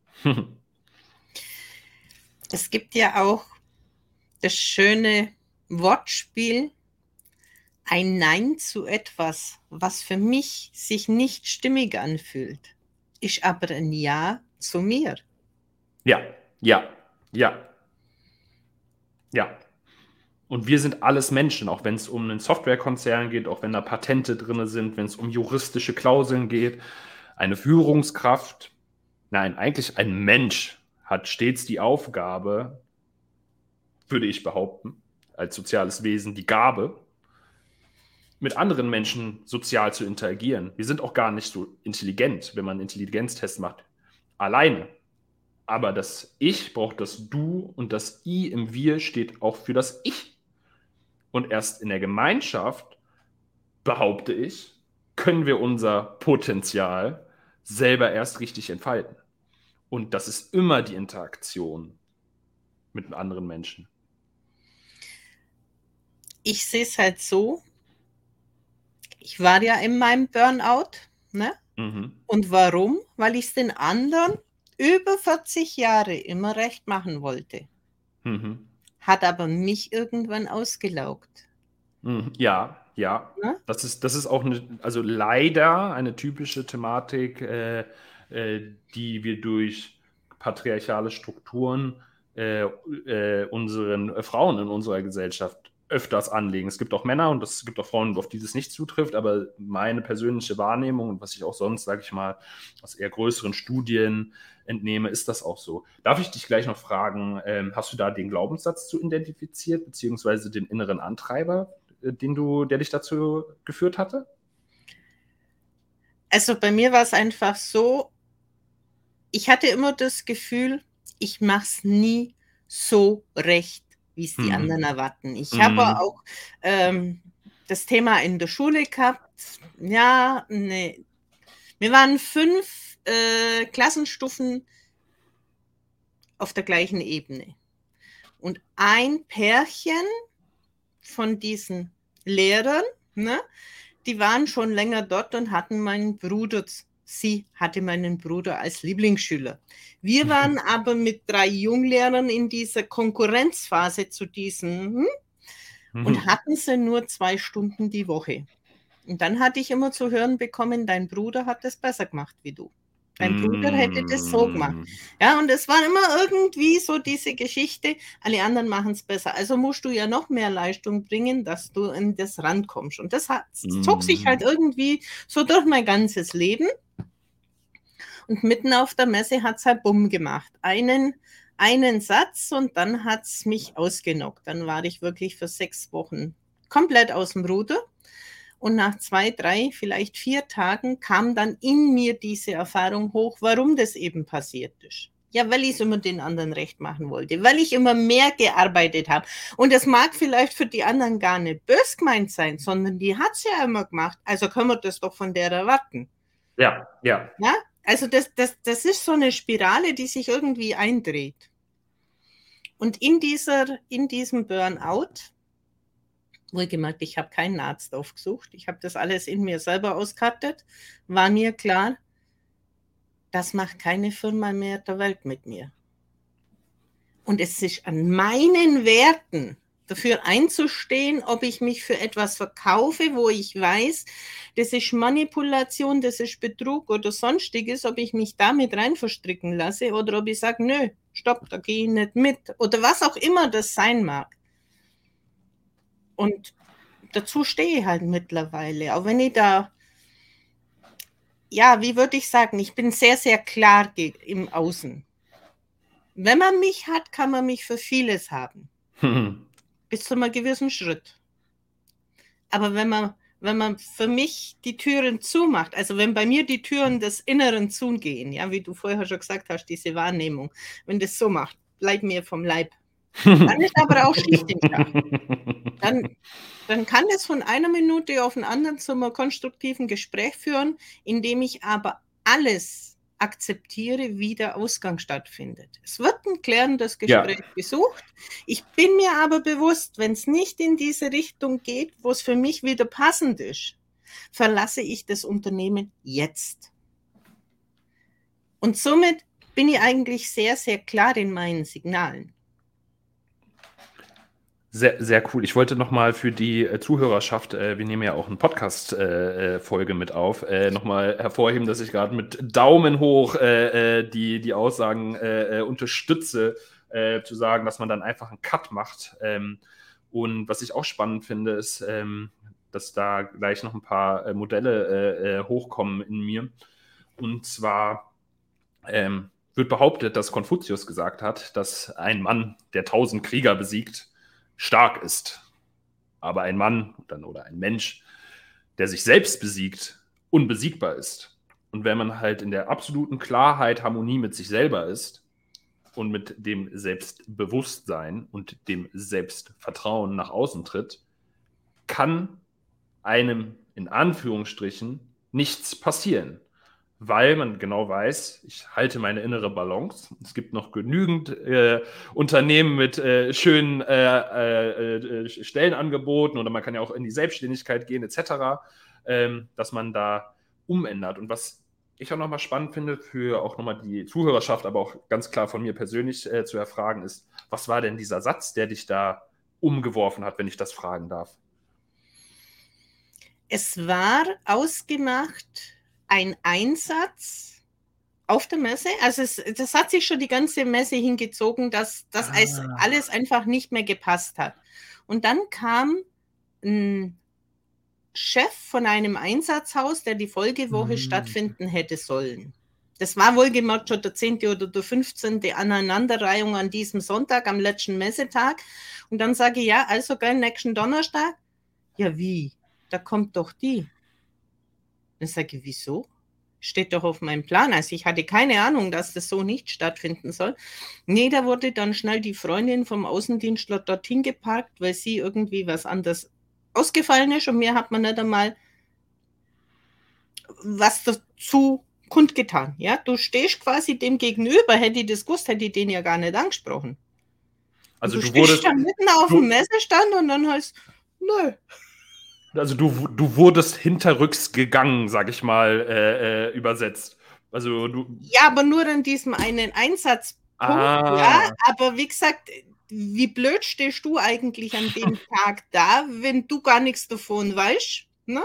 Es gibt ja auch das schöne Wortspiel, ein Nein zu etwas, was für mich sich nicht stimmig anfühlt, ist aber ein Ja zu mir. Ja, ja, ja, ja. Und wir sind alles Menschen, auch wenn es um einen Softwarekonzern geht, auch wenn da Patente drin sind, wenn es um juristische Klauseln geht. Eine Führungskraft, nein, eigentlich ein Mensch hat stets die Aufgabe, würde ich behaupten, als soziales Wesen die Gabe, mit anderen Menschen sozial zu interagieren. Wir sind auch gar nicht so intelligent, wenn man einen Intelligenztest macht, alleine. Aber das Ich braucht das Du und das I im Wir steht auch für das Ich. Und erst in der Gemeinschaft, behaupte ich, können wir unser Potenzial selber erst richtig entfalten. Und das ist immer die Interaktion mit anderen Menschen. Ich sehe es halt so, ich war ja in meinem Burnout, ne? Mhm. Und warum? Weil ich es den anderen über vierzig Jahre immer recht machen wollte. Mhm. Hat aber mich irgendwann ausgelaugt. Mhm. Ja, ja. Ne? Das ist, das ist auch eine, also leider eine typische Thematik, äh, äh, die wir durch patriarchale Strukturen äh, äh, unseren äh, Frauen in unserer Gesellschaft öfters anlegen. Es gibt auch Männer und es gibt auch Frauen, auf die das nicht zutrifft, aber meine persönliche Wahrnehmung und was ich auch sonst, sage ich mal, aus eher größeren Studien entnehme, ist das auch so. Darf ich dich gleich noch fragen, ähm, hast du da den Glaubenssatz zu identifiziert, beziehungsweise den inneren Antreiber, äh, den du, der dich dazu geführt hatte? Also bei mir war es einfach so, ich hatte immer das Gefühl, ich mache es nie so recht, wie es die Mhm. anderen erwarten. Ich Mhm. habe auch ähm, das Thema in der Schule gehabt. Ja, ne. Wir waren fünf äh, Klassenstufen auf der gleichen Ebene. Und ein Pärchen von diesen Lehrern, ne, die waren schon länger dort und hatten meinen Bruder, sie hatte meinen Bruder als Lieblingsschüler. Wir waren aber mit drei Junglehrern in dieser Konkurrenzphase zu diesen hm, und hatten sie nur zwei Stunden die Woche. Und dann hatte ich immer zu hören bekommen, dein Bruder hat das besser gemacht wie du. Dein Bruder hätte das so gemacht. Ja, und es war immer irgendwie so diese Geschichte, alle anderen machen es besser. Also musst du ja noch mehr Leistung bringen, dass du in das rankommst. Und das hat, zog sich halt irgendwie so durch mein ganzes Leben. Und mitten auf der Messe hat es halt bumm gemacht. Einen, einen Satz und dann hat es mich ausgenockt. Dann war ich wirklich für sechs Wochen komplett aus dem Ruder. Und nach zwei, drei, vielleicht vier Tagen kam dann in mir diese Erfahrung hoch, warum das eben passiert ist. Ja, weil ich es immer den anderen recht machen wollte, weil ich immer mehr gearbeitet habe. Und das mag vielleicht für die anderen gar nicht bös gemeint sein, sondern die hat es ja immer gemacht. Also können wir das doch von der erwarten. Ja, ja. Ja, also das, das, das ist so eine Spirale, die sich irgendwie eindreht. Und in, dieser, in diesem Burnout, wohlgemerkt, ich habe keinen Arzt aufgesucht, ich habe das alles in mir selber auskartet, war mir klar, das macht keine Firma mehr der Welt mit mir. Und es ist an meinen Werten, dafür einzustehen, ob ich mich für etwas verkaufe, wo ich weiß, das ist Manipulation, das ist Betrug oder sonstiges, ob ich mich damit rein verstricken lasse oder ob ich sage, nö, stopp, da gehe ich nicht mit oder was auch immer das sein mag. Und dazu stehe ich halt mittlerweile, auch wenn ich da, ja, wie würde ich sagen, ich bin sehr, sehr klar im Außen. Wenn man mich hat, kann man mich für vieles haben. Bis zu einem gewissen Schritt. Aber wenn man, wenn man für mich die Türen zumacht, also wenn bei mir die Türen des Inneren zugehen, ja, wie du vorher schon gesagt hast, diese Wahrnehmung, wenn das so macht, bleib mir vom Leib. Dann ist aber auch Schicht im Schacht. Dann, dann kann es von einer Minute auf den anderen zu einem konstruktiven Gespräch führen, indem ich aber alles akzeptiere, wie der Ausgang stattfindet. Es wird ein klärendes Gespräch ja. gesucht. Ich bin mir aber bewusst, wenn es nicht in diese Richtung geht, wo es für mich wieder passend ist, verlasse ich das Unternehmen jetzt. Und somit bin ich eigentlich sehr, sehr klar in meinen Signalen. Sehr, sehr cool. Ich wollte nochmal für die äh, Zuhörerschaft, äh, wir nehmen ja auch eine Podcast-Folge äh, mit auf, äh, nochmal hervorheben, dass ich gerade mit Daumen hoch äh, die, die Aussagen äh, unterstütze, äh, zu sagen, dass man dann einfach einen Cut macht. Ähm, und was ich auch spannend finde, ist, ähm, dass da gleich noch ein paar äh, Modelle äh, hochkommen in mir. Und zwar, ähm, wird behauptet, dass Konfuzius gesagt hat, dass ein Mann, der tausend Krieger besiegt, stark ist. Aber ein Mann dann, oder ein Mensch, der sich selbst besiegt, unbesiegbar ist. Und wenn man halt in der absoluten Klarheit, Harmonie mit sich selber ist und mit dem Selbstbewusstsein und dem Selbstvertrauen nach außen tritt, kann einem in Anführungsstrichen nichts passieren. Weil man genau weiß, ich halte meine innere Balance. Es gibt noch genügend äh, Unternehmen mit äh, schönen äh, äh, Stellenangeboten oder man kann ja auch in die Selbstständigkeit gehen et cetera, ähm, dass man da umändert. Und was ich auch nochmal spannend finde, für auch nochmal die Zuhörerschaft, aber auch ganz klar von mir persönlich äh, zu erfragen ist, was war denn dieser Satz, der dich da umgeworfen hat, wenn ich das fragen darf? Es war ausgemacht ein Einsatz auf der Messe. Also es, das hat sich schon die ganze Messe hingezogen, dass das ah. alles einfach nicht mehr gepasst hat. Und dann kam ein Chef von einem Einsatzhaus, der die Folgewoche hm. stattfinden hätte sollen. Das war wohlgemerkt schon der zehnte oder der fünfzehnte Aneinanderreihung an diesem Sonntag, am letzten Messetag. Und dann sage ich, ja, also geil, nächsten Donnerstag. Ja, wie? Da kommt doch die. Dann sage ich, wieso? Steht doch auf meinem Plan. Also ich hatte keine Ahnung, dass das so nicht stattfinden soll. Nee, da wurde dann schnell die Freundin vom Außendienstler dorthin geparkt, weil sie irgendwie was anderes ausgefallen ist und mir hat man nicht einmal was dazu kundgetan. Ja, du stehst quasi dem gegenüber. Hätte ich das gewusst, hätte ich den ja gar nicht angesprochen. Also du, du stehst wurdest da mitten auf dem Messestand und dann heißt, nö. Also du, du wurdest hinterrücks gegangen, sag ich mal, äh, äh, übersetzt. Also du. Ja, aber nur an diesem einen Einsatzpunkt, ah. ja. Aber wie gesagt, wie blöd stehst du eigentlich an dem Tag da, wenn du gar nichts davon weißt, ne?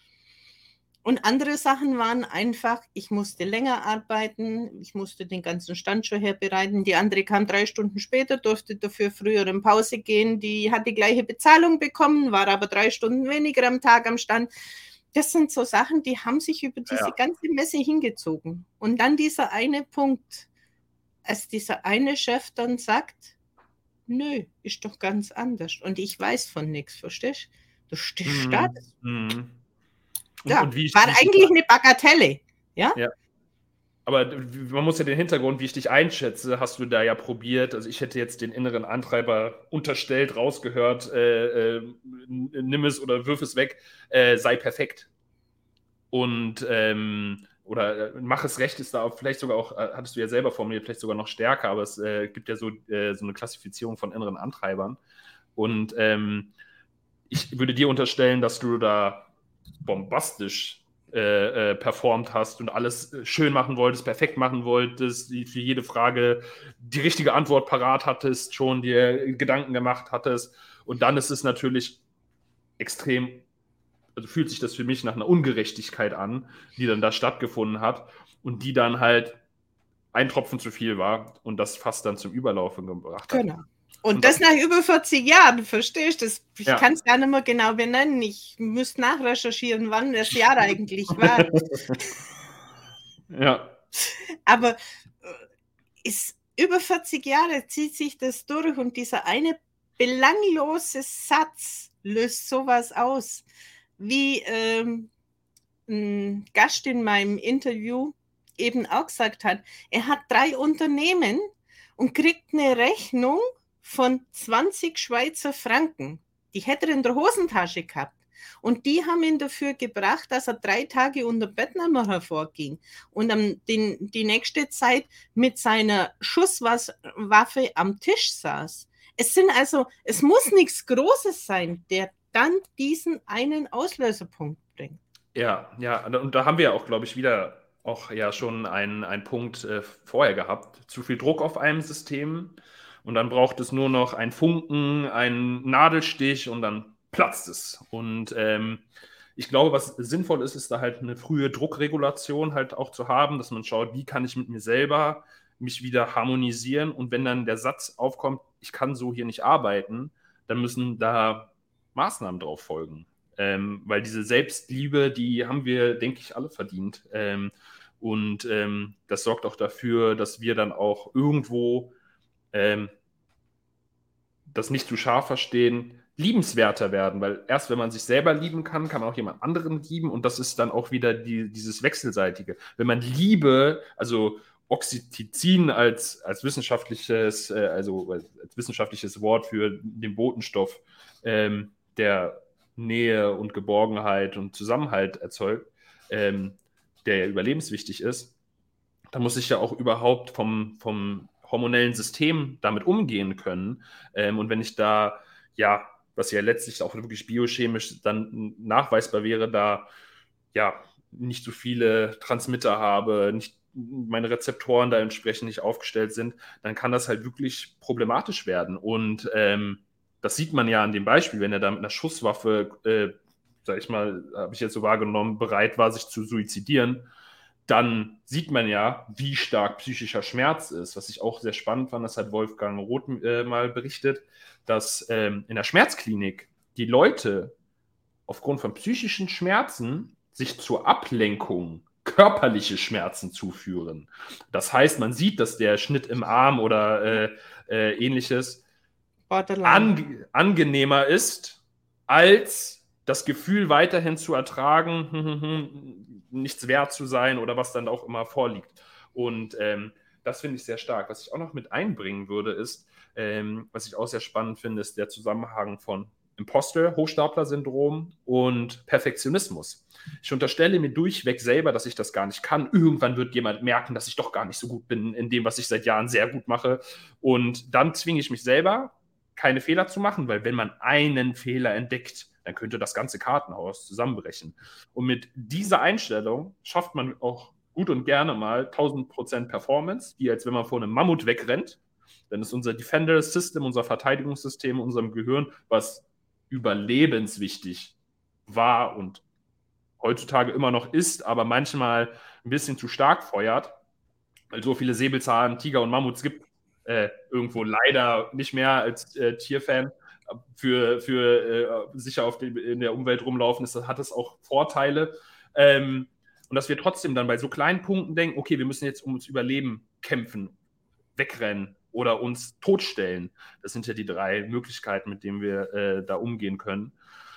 Und andere Sachen waren einfach, ich musste länger arbeiten, ich musste den ganzen Stand schon herbereiten. Die andere kam drei Stunden später, durfte dafür früher in Pause gehen. Die hat die gleiche Bezahlung bekommen, war aber drei Stunden weniger am Tag am Stand. Das sind so Sachen, die haben sich über diese ja. ganze Messe hingezogen. Und dann dieser eine Punkt, als dieser eine Chef dann sagt, nö, ist doch ganz anders. Und ich weiß von nichts, verstehst du? Du stehst mhm. da. Mhm. Und, ja, und wie ich, war wie eigentlich ich, eine Bagatelle. Ja? ja. Aber man muss ja den Hintergrund, wie ich dich einschätze, hast du da ja probiert. Also ich hätte jetzt den inneren Antreiber unterstellt, rausgehört, äh, äh, nimm es oder wirf es weg, äh, sei perfekt. Und ähm, oder äh, mach es recht, ist da auch, vielleicht sogar auch, äh, hattest du ja selber formuliert, vielleicht sogar noch stärker, aber es äh, gibt ja so, äh, so eine Klassifizierung von inneren Antreibern. Und ähm, ich würde dir unterstellen, dass du da bombastisch äh, äh, performt hast und alles schön machen wolltest, perfekt machen wolltest, für jede Frage die richtige Antwort parat hattest, schon dir Gedanken gemacht hattest. Und dann ist es natürlich extrem, also fühlt sich das für mich nach einer Ungerechtigkeit an, die dann da stattgefunden hat und die dann halt ein Tropfen zu viel war und das fast dann zum Überlaufen gebracht hat. Genau. Und, und das, das nach über vierzig Jahren, verstehst du? Ich ja. kann es gar nicht mehr genau benennen. Ich müsste nachrecherchieren, wann das Jahr eigentlich war. Ja. Aber ist, über vierzig Jahre zieht sich das durch und dieser eine belanglose Satz löst sowas aus. Wie ähm, ein Gast in meinem Interview eben auch gesagt hat, er hat drei Unternehmen und kriegt eine Rechnung von zwanzig Schweizer Franken. Die hätte er in der Hosentasche gehabt. Und die haben ihn dafür gebracht, dass er drei Tage unter Bett nicht mehr hervorging und am, den, die nächste Zeit mit seiner Schusswaffe am Tisch saß. Es sind also, es muss nichts Großes sein, der dann diesen einen Auslöserpunkt bringt. Ja, ja, und da haben wir auch, glaube ich, wieder auch ja schon einen, einen Punkt äh, vorher gehabt. Zu viel Druck auf einem System und dann braucht es nur noch einen Funken, einen Nadelstich und dann platzt es. Und ähm, ich glaube, was sinnvoll ist, ist da halt eine frühe Druckregulation halt auch zu haben, dass man schaut, wie kann ich mit mir selber mich wieder harmonisieren und wenn dann der Satz aufkommt, ich kann so hier nicht arbeiten, dann müssen da Maßnahmen drauf folgen. Ähm, weil diese Selbstliebe, die haben wir, denke ich, alle verdient. Ähm, Und ähm, das sorgt auch dafür, dass wir dann auch irgendwo ähm, das nicht zu scharf verstehen, liebenswerter werden, weil erst wenn man sich selber lieben kann, kann man auch jemand anderen lieben und das ist dann auch wieder die, dieses Wechselseitige. Wenn man Liebe, also Oxytocin als, als wissenschaftliches, äh, also als wissenschaftliches Wort für den Botenstoff, ähm, der Nähe und Geborgenheit und Zusammenhalt erzeugt, ähm, der ja überlebenswichtig ist, dann muss ich ja auch überhaupt vom, vom hormonellen System damit umgehen können. Ähm, und wenn ich da, ja, was ja letztlich auch wirklich biochemisch dann nachweisbar wäre, da ja nicht so viele Transmitter habe, nicht meine Rezeptoren da entsprechend nicht aufgestellt sind, dann kann das halt wirklich problematisch werden. Und ähm, das sieht man ja an dem Beispiel, wenn er da mit einer Schusswaffe, äh, sag ich mal, habe ich jetzt so wahrgenommen, bereit war, sich zu suizidieren, dann sieht man ja, wie stark psychischer Schmerz ist. Was ich auch sehr spannend fand, das hat Wolfgang Roth äh, mal berichtet, dass ähm, in der Schmerzklinik die Leute aufgrund von psychischen Schmerzen sich zur Ablenkung körperliche Schmerzen zuführen. Das heißt, man sieht, dass der Schnitt im Arm oder äh, äh, ähnliches an, angenehmer ist, als das Gefühl weiterhin zu ertragen, nichts wert zu sein oder was dann auch immer vorliegt. Und ähm, das finde ich sehr stark. Was ich auch noch mit einbringen würde, ist, ähm, was ich auch sehr spannend finde, ist der Zusammenhang von Imposter, Hochstapler-Syndrom und Perfektionismus. Ich unterstelle mir durchweg selber, dass ich das gar nicht kann. Irgendwann wird jemand merken, dass ich doch gar nicht so gut bin in dem, was ich seit Jahren sehr gut mache. Und dann zwinge ich mich selber, keine Fehler zu machen, weil wenn man einen Fehler entdeckt, dann könnte das ganze Kartenhaus zusammenbrechen. Und mit dieser Einstellung schafft man auch gut und gerne mal tausend Prozent Performance, wie als wenn man vor einem Mammut wegrennt. Dann ist unser Defender-System, unser Verteidigungssystem in unserem Gehirn, was überlebenswichtig war und heutzutage immer noch ist, aber manchmal ein bisschen zu stark feuert, weil so viele Säbelzahn, Tiger und Mammuts gibt, äh, irgendwo leider nicht mehr als äh, Tierfan für, für äh, sicher auf den, in der Umwelt rumlaufen, ist, hat es auch Vorteile. Ähm, und dass wir trotzdem dann bei so kleinen Punkten denken, okay, wir müssen jetzt ums Überleben kämpfen, wegrennen oder uns totstellen. Das sind ja die drei Möglichkeiten, mit denen wir äh, da umgehen können.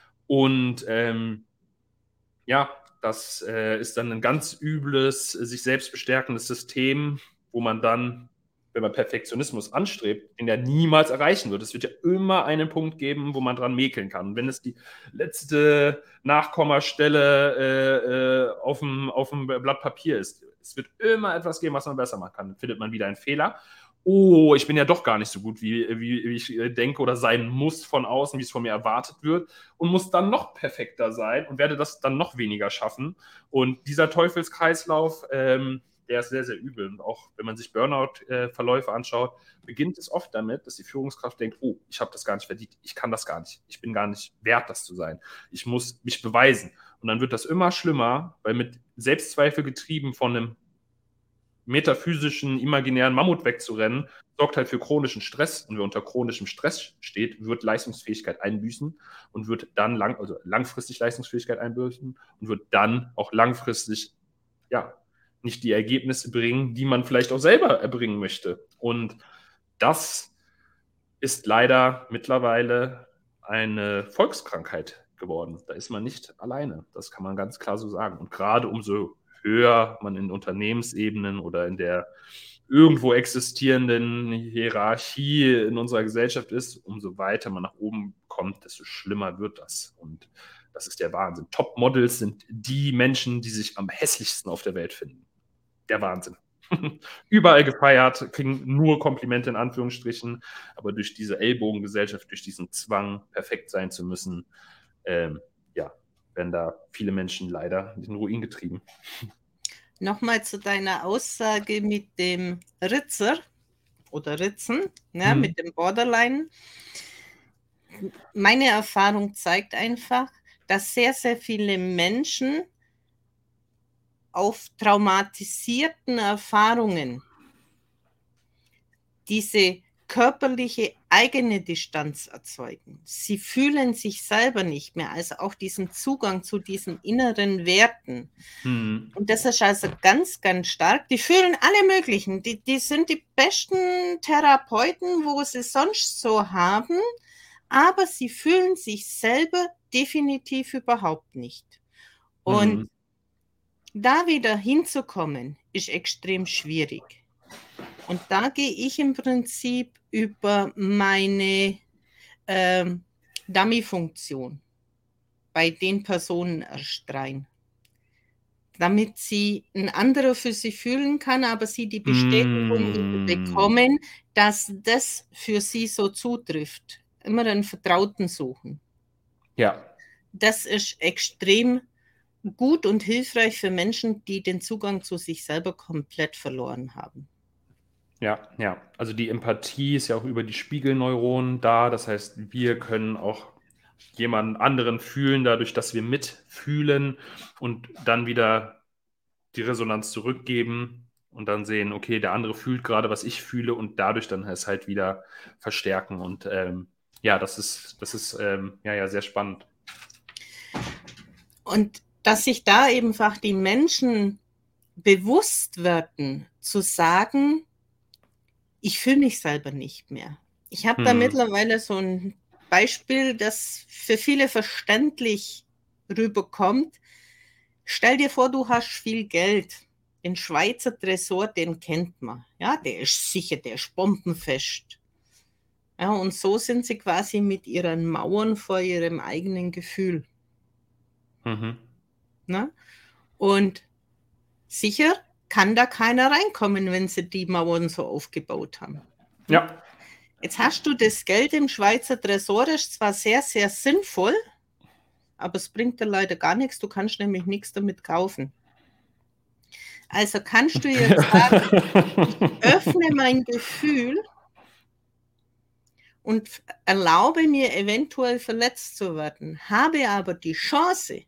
Und ähm, ja, das äh, ist dann ein ganz übles, sich selbst bestärkendes System, wo man dann, wenn man Perfektionismus anstrebt, den ja niemals erreichen wird. Es wird ja immer einen Punkt geben, wo man dran mäkeln kann. Und wenn es die letzte Nachkommastelle äh, äh, auf dem, auf dem Blatt Papier ist, es wird immer etwas geben, was man besser machen kann. Dann findet man wieder einen Fehler. Oh, ich bin ja doch gar nicht so gut, wie, wie, wie ich denke oder sein muss von außen, wie es von mir erwartet wird und muss dann noch perfekter sein und werde das dann noch weniger schaffen. Und dieser Teufelskreislauf, ähm, der ist sehr, sehr übel. Und auch wenn man sich Burnout-Verläufe anschaut, beginnt es oft damit, dass die Führungskraft denkt, oh, ich habe das gar nicht verdient, ich kann das gar nicht, ich bin gar nicht wert, das zu sein. Ich muss mich beweisen. Und dann wird das immer schlimmer, weil mit Selbstzweifel getrieben von einem metaphysischen, imaginären Mammut wegzurennen, sorgt halt für chronischen Stress. Und wer unter chronischem Stress steht, wird Leistungsfähigkeit einbüßen und wird dann lang, also langfristig Leistungsfähigkeit einbüßen und wird dann auch langfristig, ja, nicht die Ergebnisse bringen, die man vielleicht auch selber erbringen möchte. Und das ist leider mittlerweile eine Volkskrankheit geworden. Da ist man nicht alleine. Das kann man ganz klar so sagen. Und gerade umso höher man in Unternehmensebenen oder in der irgendwo existierenden Hierarchie in unserer Gesellschaft ist, umso weiter man nach oben kommt, desto schlimmer wird das. Und das ist der Wahnsinn. Top-Models sind die Menschen, die sich am hässlichsten auf der Welt finden. Der Wahnsinn. Überall gefeiert, kriegen nur Komplimente in Anführungsstrichen, aber durch diese Ellbogengesellschaft, durch diesen Zwang, perfekt sein zu müssen, ähm, ja, werden da viele Menschen leider in den Ruin getrieben. Nochmal zu deiner Aussage mit dem Ritzer oder Ritzen, ja, mhm. mit dem Borderline. Meine Erfahrung zeigt einfach, dass sehr, sehr viele Menschen auf traumatisierten Erfahrungen diese körperliche eigene Distanz erzeugen. Sie fühlen sich selber nicht mehr, also auch diesen Zugang zu diesen inneren Werten. Hm. Und das ist also ganz, ganz stark. Die fühlen alle möglichen. Die, die sind die besten Therapeuten, wo sie sonst so haben, aber sie fühlen sich selber definitiv überhaupt nicht. Und Hm. da wieder hinzukommen, ist extrem schwierig. Und da gehe ich im Prinzip über meine ähm, Dummy-Funktion bei den Personen erst rein, damit sie ein anderer für sie fühlen kann, aber sie die Bestätigung Hm. bekommen, dass das für sie so zutrifft. Immer einen Vertrauten suchen. Ja. Das ist extrem gut und hilfreich für Menschen, die den Zugang zu sich selber komplett verloren haben. Ja, ja. Also die Empathie ist ja auch über die Spiegelneuronen da. Das heißt, wir können auch jemanden anderen fühlen, dadurch, dass wir mitfühlen und dann wieder die Resonanz zurückgeben und dann sehen, okay, der andere fühlt gerade, was ich fühle und dadurch dann es halt wieder verstärken. Und ähm, ja, das ist, das ist ähm, ja, ja sehr spannend. Und dass sich da einfach die Menschen bewusst werden, zu sagen, ich fühle mich selber nicht mehr. Ich habe hm. da mittlerweile so ein Beispiel, das für viele verständlich rüberkommt. Stell dir vor, du hast viel Geld. Den Schweizer Tresor, den kennt man. Ja, der ist sicher, der ist bombenfest. Ja, und so sind sie quasi mit ihren Mauern vor ihrem eigenen Gefühl. Mhm. Na? Und sicher kann da keiner reinkommen, wenn sie die Mauern so aufgebaut haben. Ja. Jetzt hast du das Geld im Schweizer Tresor, das ist zwar sehr, sehr sinnvoll, aber es bringt dir leider gar nichts, du kannst nämlich nichts damit kaufen. Also kannst du jetzt sagen, ich öffne mein Gefühl und erlaube mir eventuell verletzt zu werden, habe aber die Chance,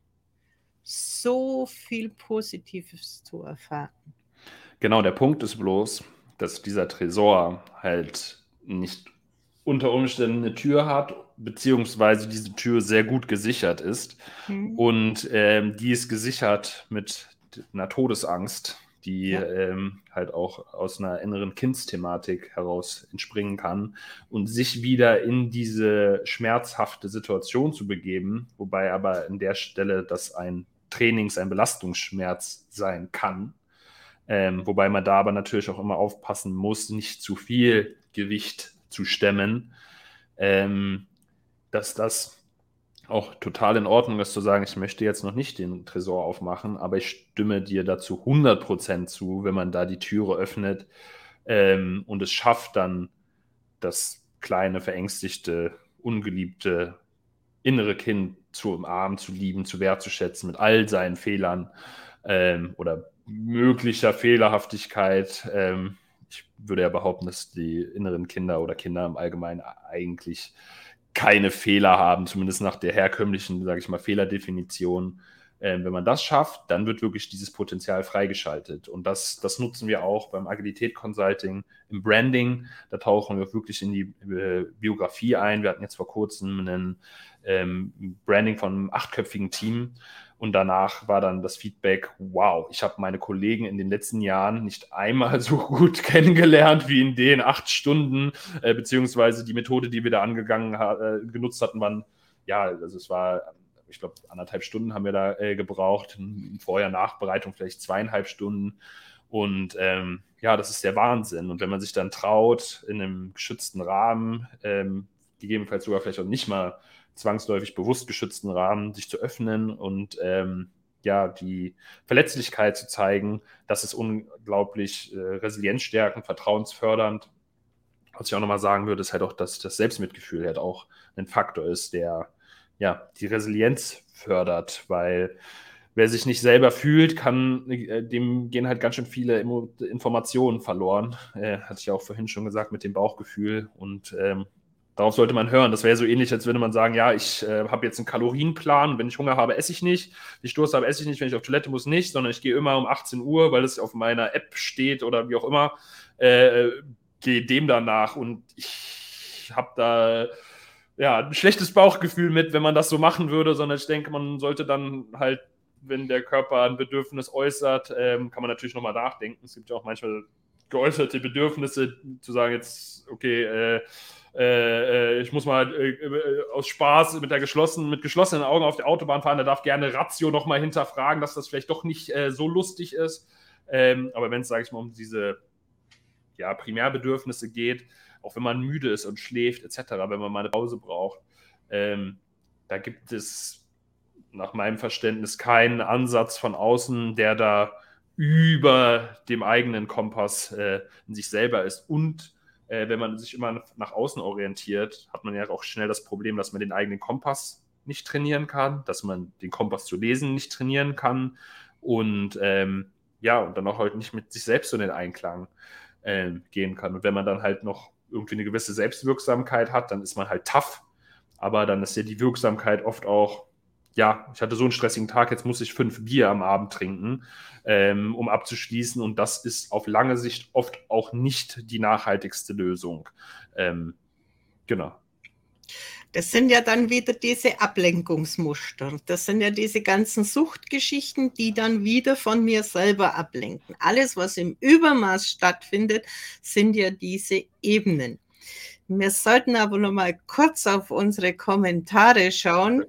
so viel Positives zu erfahren. Genau, der Punkt ist bloß, dass dieser Tresor halt nicht unter Umständen eine Tür hat, beziehungsweise diese Tür sehr gut gesichert ist. Mhm. Und ähm, die ist gesichert mit einer Todesangst, die ja. ähm, halt auch aus einer inneren Kindsthematik heraus entspringen kann und sich wieder in diese schmerzhafte Situation zu begeben, wobei aber an der Stelle das ein Trainings-, ein Belastungsschmerz sein kann. Ähm, wobei man da aber natürlich auch immer aufpassen muss, nicht zu viel Gewicht zu stemmen, ähm, dass das auch total in Ordnung ist, zu sagen, ich möchte jetzt noch nicht den Tresor aufmachen, aber ich stimme dir dazu hundert Prozent zu, wenn man da die Türe öffnet ähm, und es schafft dann, das kleine, verängstigte, ungeliebte innere Kind zu umarmen, zu lieben, zu wertzuschätzen mit all seinen Fehlern ähm, oder möglicher Fehlerhaftigkeit. Ähm, ich würde ja behaupten, dass die inneren Kinder oder Kinder im Allgemeinen eigentlich keine Fehler haben, zumindest nach der herkömmlichen, sage ich mal, Fehlerdefinition. Ähm, wenn man das schafft, dann wird wirklich dieses Potenzial freigeschaltet. Und das, das nutzen wir auch beim Agilität Consulting, im Branding. Da tauchen wir wirklich in die äh, Biografie ein. Wir hatten jetzt vor kurzem einen ähm, Branding von einem achtköpfigen Team. Und danach war dann das Feedback, wow, ich habe meine Kollegen in den letzten Jahren nicht einmal so gut kennengelernt wie in den acht Stunden, äh, beziehungsweise die Methode, die wir da angegangen äh, genutzt hatten, waren, ja, also es war, ich glaube, anderthalb Stunden haben wir da äh, gebraucht, vorher Nachbereitung vielleicht zweieinhalb Stunden und ähm, ja, das ist der Wahnsinn. Und wenn man sich dann traut, in einem geschützten Rahmen, ähm, gegebenenfalls sogar vielleicht auch nicht mal zwangsläufig bewusst geschützten Rahmen, sich zu öffnen und ähm, ja, die Verletzlichkeit zu zeigen, das ist unglaublich äh, resilienzstärkend, vertrauensfördernd. Was ich auch nochmal sagen würde, ist halt auch, dass das Selbstmitgefühl halt auch ein Faktor ist, der ja die Resilienz fördert, weil wer sich nicht selber fühlt, kann, äh, dem gehen halt ganz schön viele Informationen verloren. Äh, hatte ich ja auch vorhin schon gesagt mit dem Bauchgefühl und ähm, darauf sollte man hören. Das wäre so ähnlich, als würde man sagen, ja, ich äh, habe jetzt einen Kalorienplan. Wenn ich Hunger habe, esse ich nicht. Wenn ich Durst habe, esse ich nicht. Wenn ich auf Toilette muss, nicht. Sondern ich gehe immer um achtzehn Uhr, weil es auf meiner App steht oder wie auch immer. Äh, gehe dem danach und ich habe da ja ein schlechtes Bauchgefühl mit, wenn man das so machen würde, sondern ich denke, man sollte dann halt, wenn der Körper ein Bedürfnis äußert, ähm, kann man natürlich nochmal nachdenken. Es gibt ja auch manchmal geäußerte Bedürfnisse, zu sagen jetzt, okay, äh, äh, ich muss mal äh, aus Spaß mit der geschlossenen, mit geschlossenen Augen auf der Autobahn fahren, da darf gerne Ratio nochmal hinterfragen, dass das vielleicht doch nicht äh, so lustig ist. Ähm, aber wenn es, sage ich mal, um diese ja, Primärbedürfnisse geht, auch wenn man müde ist und schläft et cetera, wenn man mal eine Pause braucht, ähm, da gibt es nach meinem Verständnis keinen Ansatz von außen, der da über dem eigenen Kompass äh, in sich selber ist. Und äh, wenn man sich immer nach außen orientiert, hat man ja auch schnell das Problem, dass man den eigenen Kompass nicht trainieren kann, dass man den Kompass zu lesen nicht trainieren kann und ähm, ja, und dann auch halt nicht mit sich selbst so in den Einklang äh, gehen kann. Und wenn man dann halt noch irgendwie eine gewisse Selbstwirksamkeit hat, dann ist man halt tough, aber dann ist ja die Wirksamkeit oft auch, ja, ich hatte so einen stressigen Tag, jetzt muss ich fünf Bier am Abend trinken, ähm, um abzuschließen. Und das ist auf lange Sicht oft auch nicht die nachhaltigste Lösung. Ähm, genau. Das sind ja dann wieder diese Ablenkungsmuster. Das sind ja diese ganzen Suchtgeschichten, die dann wieder von mir selber ablenken. Alles, was im Übermaß stattfindet, sind ja diese Ebenen. Wir sollten aber noch mal kurz auf unsere Kommentare schauen.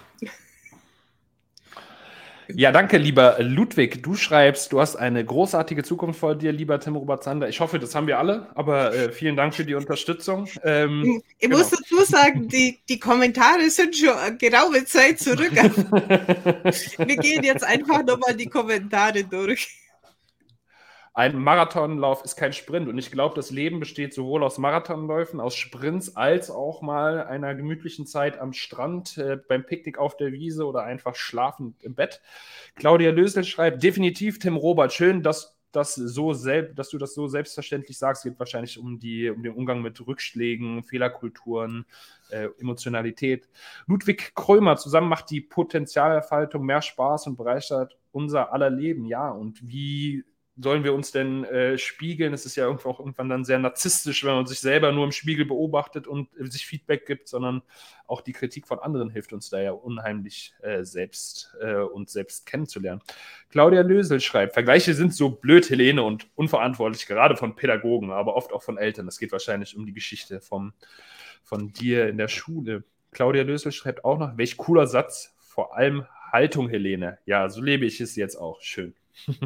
Ja, danke, lieber Ludwig. Du schreibst, du hast eine großartige Zukunft vor dir, lieber Tim Robert Sander. Ich hoffe, das haben wir alle, aber äh, vielen Dank für die Unterstützung. Ähm, ich genau. muss dazu sagen, die, die Kommentare sind schon eine geraume Zeit zurück. Wir gehen jetzt einfach nochmal die Kommentare durch. Ein Marathonlauf ist kein Sprint und ich glaube, das Leben besteht sowohl aus Marathonläufen, aus Sprints, als auch mal einer gemütlichen Zeit am Strand, äh, beim Picknick auf der Wiese oder einfach schlafend im Bett. Claudia Lösel schreibt, definitiv Tim Robert, schön, dass, das so selb, dass du das so selbstverständlich sagst. Es geht wahrscheinlich um, die, um den Umgang mit Rückschlägen, Fehlerkulturen, äh, Emotionalität. Ludwig Krömer, zusammen macht die Potenzialentfaltung mehr Spaß und bereichert unser aller Leben. Ja, und wie sollen wir uns denn äh, spiegeln? Es ist ja irgendwo auch irgendwann dann sehr narzisstisch, wenn man sich selber nur im Spiegel beobachtet und äh, sich Feedback gibt, sondern auch die Kritik von anderen hilft uns da ja unheimlich äh, selbst äh, uns selbst kennenzulernen. Claudia Lösel schreibt, Vergleiche sind so blöd, Helene, und unverantwortlich, gerade von Pädagogen, aber oft auch von Eltern. Es geht wahrscheinlich um die Geschichte vom, von dir in der Schule. Claudia Lösel schreibt auch noch, welch cooler Satz, vor allem Haltung, Helene. Ja, so lebe ich es jetzt auch. Schön.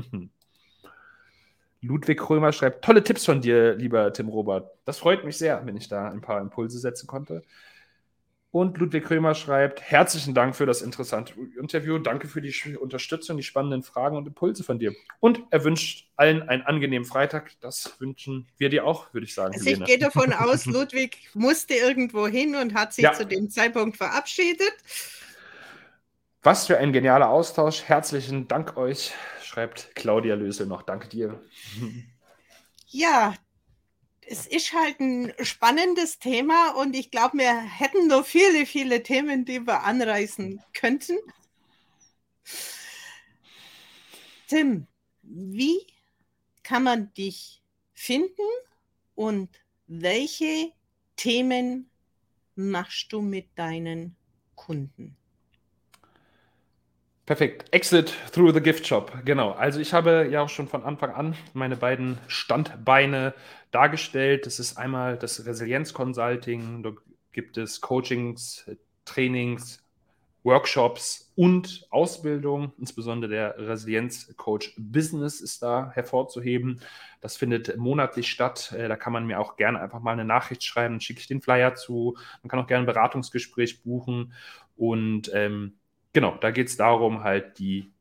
Ludwig Krömer schreibt, tolle Tipps von dir, lieber Tim Robert. Das freut mich sehr, wenn ich da ein paar Impulse setzen konnte. Und Ludwig Krömer schreibt, herzlichen Dank für das interessante Interview. Danke für die Unterstützung, die spannenden Fragen und Impulse von dir. Und er wünscht allen einen angenehmen Freitag. Das wünschen wir dir auch, würde ich sagen. Also ich gehe davon aus, Ludwig musste irgendwo hin und hat sich ja. zu dem Zeitpunkt verabschiedet. Was für ein genialer Austausch. Herzlichen Dank euch, schreibt Claudia Lösel noch. Danke dir. Ja, es ist halt ein spannendes Thema und ich glaube, wir hätten noch viele, viele Themen, die wir anreißen könnten. Tim, wie kann man dich finden und welche Themen machst du mit deinen Kunden? Perfekt. Exit through the gift shop. Genau. Also ich habe ja auch schon von Anfang an meine beiden Standbeine dargestellt. Das ist einmal das Resilienz-Consulting. Da gibt es Coachings, Trainings, Workshops und Ausbildung. Insbesondere der Resilienz-Coach Business ist da hervorzuheben. Das findet monatlich statt. Da kann man mir auch gerne einfach mal eine Nachricht schreiben. Dann schicke ich den Flyer zu. Man kann auch gerne ein Beratungsgespräch buchen. Und ähm, Genau, da geht es darum, halt die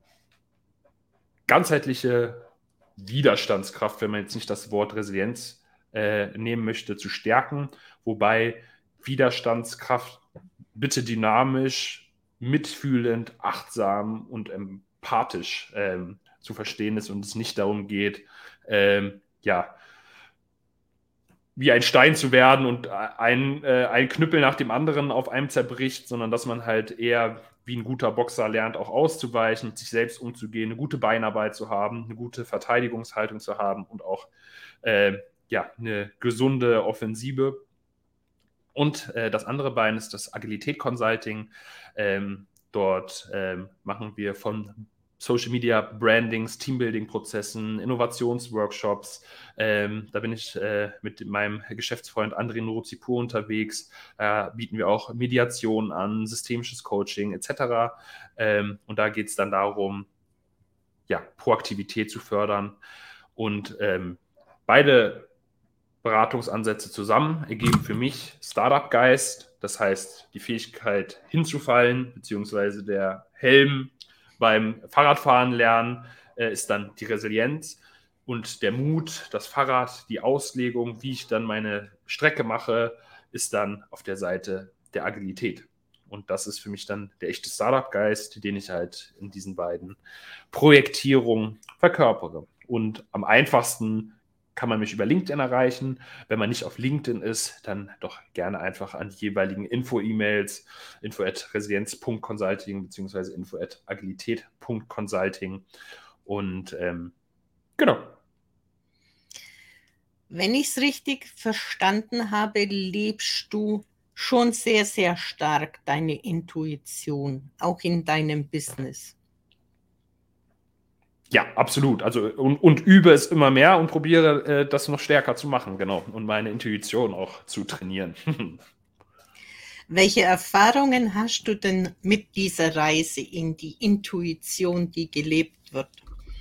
ganzheitliche Widerstandskraft, wenn man jetzt nicht das Wort Resilienz äh, nehmen möchte, zu stärken. Wobei Widerstandskraft bitte dynamisch, mitfühlend, achtsam und empathisch ähm, zu verstehen ist und es nicht darum geht, ähm, ja, wie ein Stein zu werden und ein, äh, ein Knüppel nach dem anderen auf einem zerbricht, sondern dass man halt eher wie ein guter Boxer lernt, auch auszuweichen, mit sich selbst umzugehen, eine gute Beinarbeit zu haben, eine gute Verteidigungshaltung zu haben und auch äh, ja, eine gesunde Offensive. Und äh, das andere Bein ist das Agilität Consulting. Ähm, dort ähm, machen wir von Social Media Brandings, Teambuilding-Prozessen, Innovationsworkshops. Ähm, da bin ich äh, mit meinem Geschäftsfreund André Nuruzipur unterwegs. Da äh, bieten wir auch Mediation an, systemisches Coaching et cetera. Ähm, und da geht es dann darum, ja, Proaktivität zu fördern. Und ähm, beide Beratungsansätze zusammen ergeben für mich Startup-Geist, das heißt die Fähigkeit hinzufallen, beziehungsweise der Helm beim Fahrradfahren lernen äh, ist dann die Resilienz und der Mut, das Fahrrad, die Auslegung, wie ich dann meine Strecke mache, ist dann auf der Seite der Agilität. Und das ist für mich dann der echte Startup-Geist, den ich halt in diesen beiden Projektierungen verkörpere. Und am einfachsten kann man mich über LinkedIn erreichen. Wenn man nicht auf LinkedIn ist, dann doch gerne einfach an die jeweiligen Info-E-Mails, info at resilienz punkt consulting beziehungsweise info at agilität punkt consulting. Und ähm, genau. Wenn ich es richtig verstanden habe, lebst du schon sehr, sehr stark deine Intuition, auch in deinem Business. Ja, absolut. Also und, und übe es immer mehr und probiere äh, das noch stärker zu machen, genau. Und meine Intuition auch zu trainieren. Welche Erfahrungen hast du denn mit dieser Reise in die Intuition, die gelebt wird?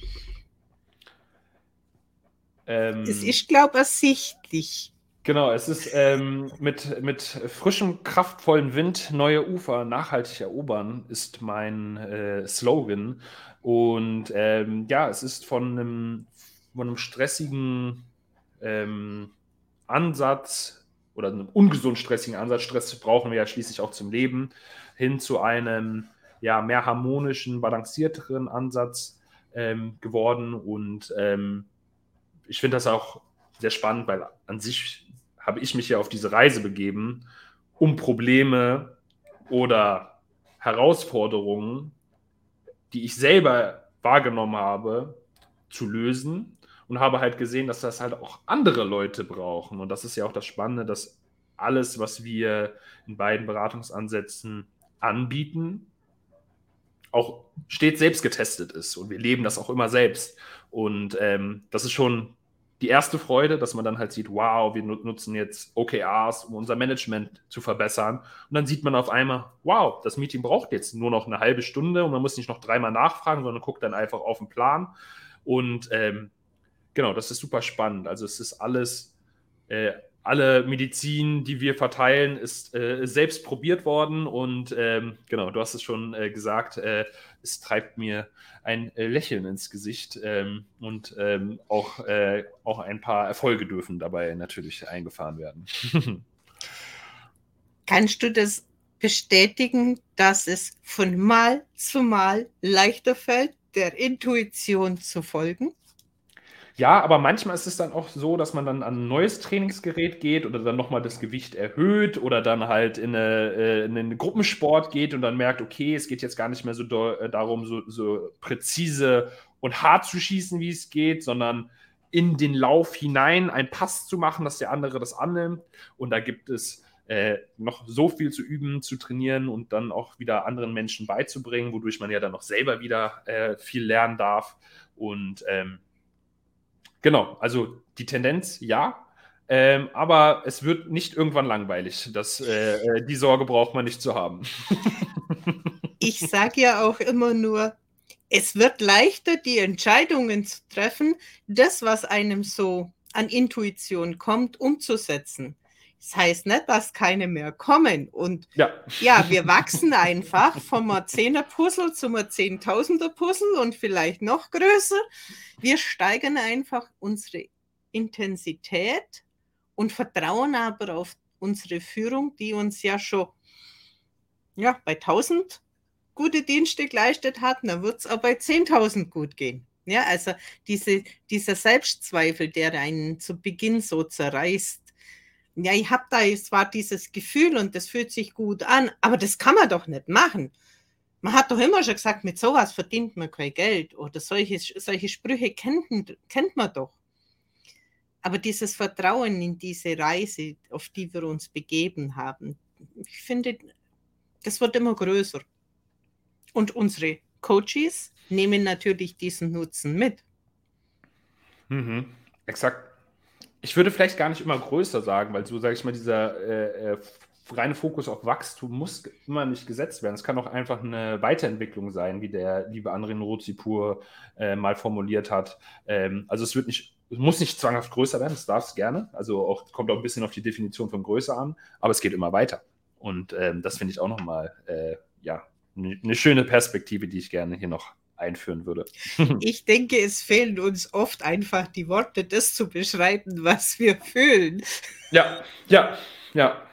Ähm, es ist, glaube ich, ersichtlich. Genau, es ist ähm, mit, mit frischem, kraftvollen Wind neue Ufer nachhaltig erobern, ist mein äh, Slogan. Und ähm, ja, es ist von einem, von einem stressigen ähm, Ansatz oder einem ungesund stressigen Ansatz, Stress brauchen wir ja schließlich auch zum Leben, hin zu einem ja, mehr harmonischen, balancierteren Ansatz ähm, geworden. Und ähm, ich finde das auch sehr spannend, weil an sich habe ich mich ja auf diese Reise begeben, um Probleme oder Herausforderungen, die ich selber wahrgenommen habe, zu lösen und habe halt gesehen, dass das halt auch andere Leute brauchen. Und das ist ja auch das Spannende, dass alles, was wir in beiden Beratungsansätzen anbieten, auch stets selbst getestet ist. Und wir leben das auch immer selbst. Und ähm, das ist schon die erste Freude, dass man dann halt sieht, wow, wir nutzen jetzt O K Rs, um unser Management zu verbessern. Und dann sieht man auf einmal, wow, das Meeting braucht jetzt nur noch eine halbe Stunde und man muss nicht noch dreimal nachfragen, sondern guckt dann einfach auf den Plan. Und ähm, genau, das ist super spannend. Also es ist alles, äh, alle Medizin, die wir verteilen, ist äh, selbst probiert worden. Und ähm, genau, du hast es schon äh, gesagt, äh, es treibt mir ein äh, Lächeln ins Gesicht. Ähm, und ähm, auch, äh, auch ein paar Erfolge dürfen dabei natürlich eingefahren werden. Kannst du das bestätigen, dass es von Mal zu Mal leichter fällt, der Intuition zu folgen? Ja, aber manchmal ist es dann auch so, dass man dann an ein neues Trainingsgerät geht oder dann nochmal das Gewicht erhöht oder dann halt in, eine, äh, in einen Gruppensport geht und dann merkt, okay, es geht jetzt gar nicht mehr so do, äh, darum, so, so präzise und hart zu schießen, wie es geht, sondern in den Lauf hinein einen Pass zu machen, dass der andere das annimmt. Und da gibt es äh, noch so viel zu üben, zu trainieren und dann auch wieder anderen Menschen beizubringen, wodurch man ja dann noch selber wieder äh, viel lernen darf. Und ähm, Genau, also die Tendenz ja, ähm, aber es wird nicht irgendwann langweilig. Das, äh, die Sorge braucht man nicht zu haben. Ich sage ja auch immer nur, es wird leichter, die Entscheidungen zu treffen, das, was einem so an Intuition kommt, umzusetzen. Das heißt nicht, dass keine mehr kommen. Und ja, ja wir wachsen einfach vom Zehner-Puzzle zum Zehntausender-Puzzle und vielleicht noch größer. Wir steigern einfach unsere Intensität und vertrauen aber auf unsere Führung, die uns ja schon ja, bei tausend gute Dienste geleistet hat, dann wird es auch bei zehntausend gut gehen. Ja, also diese, dieser Selbstzweifel, der einen zu Beginn so zerreißt. Ja, ich habe da zwar dieses Gefühl und das fühlt sich gut an, aber das kann man doch nicht machen. Man hat doch immer schon gesagt, mit sowas verdient man kein Geld oder solche, solche Sprüche kennt, kennt man doch. aber dieses Vertrauen in diese Reise, auf die wir uns begeben haben, ich finde, das wird immer größer. Und unsere Coaches nehmen natürlich diesen Nutzen mit. Mhm. Exakt. Ich würde vielleicht gar nicht immer größer sagen, weil so, sage ich mal, dieser äh, äh, reine Fokus auf Wachstum muss immer nicht gesetzt werden. Es kann auch einfach eine Weiterentwicklung sein, wie der liebe André Nurozipur äh, mal formuliert hat. Ähm, also es wird nicht, es muss nicht zwanghaft größer werden, es darf es gerne. Also auch, kommt auch ein bisschen auf die Definition von Größe an, aber es geht immer weiter. Und ähm, das finde ich auch nochmal äh, ja, eine ne schöne Perspektive, die ich gerne hier noch einführen würde. Ich denke, es fehlen uns oft einfach die Worte, das zu beschreiben, was wir fühlen. Ja, ja, ja.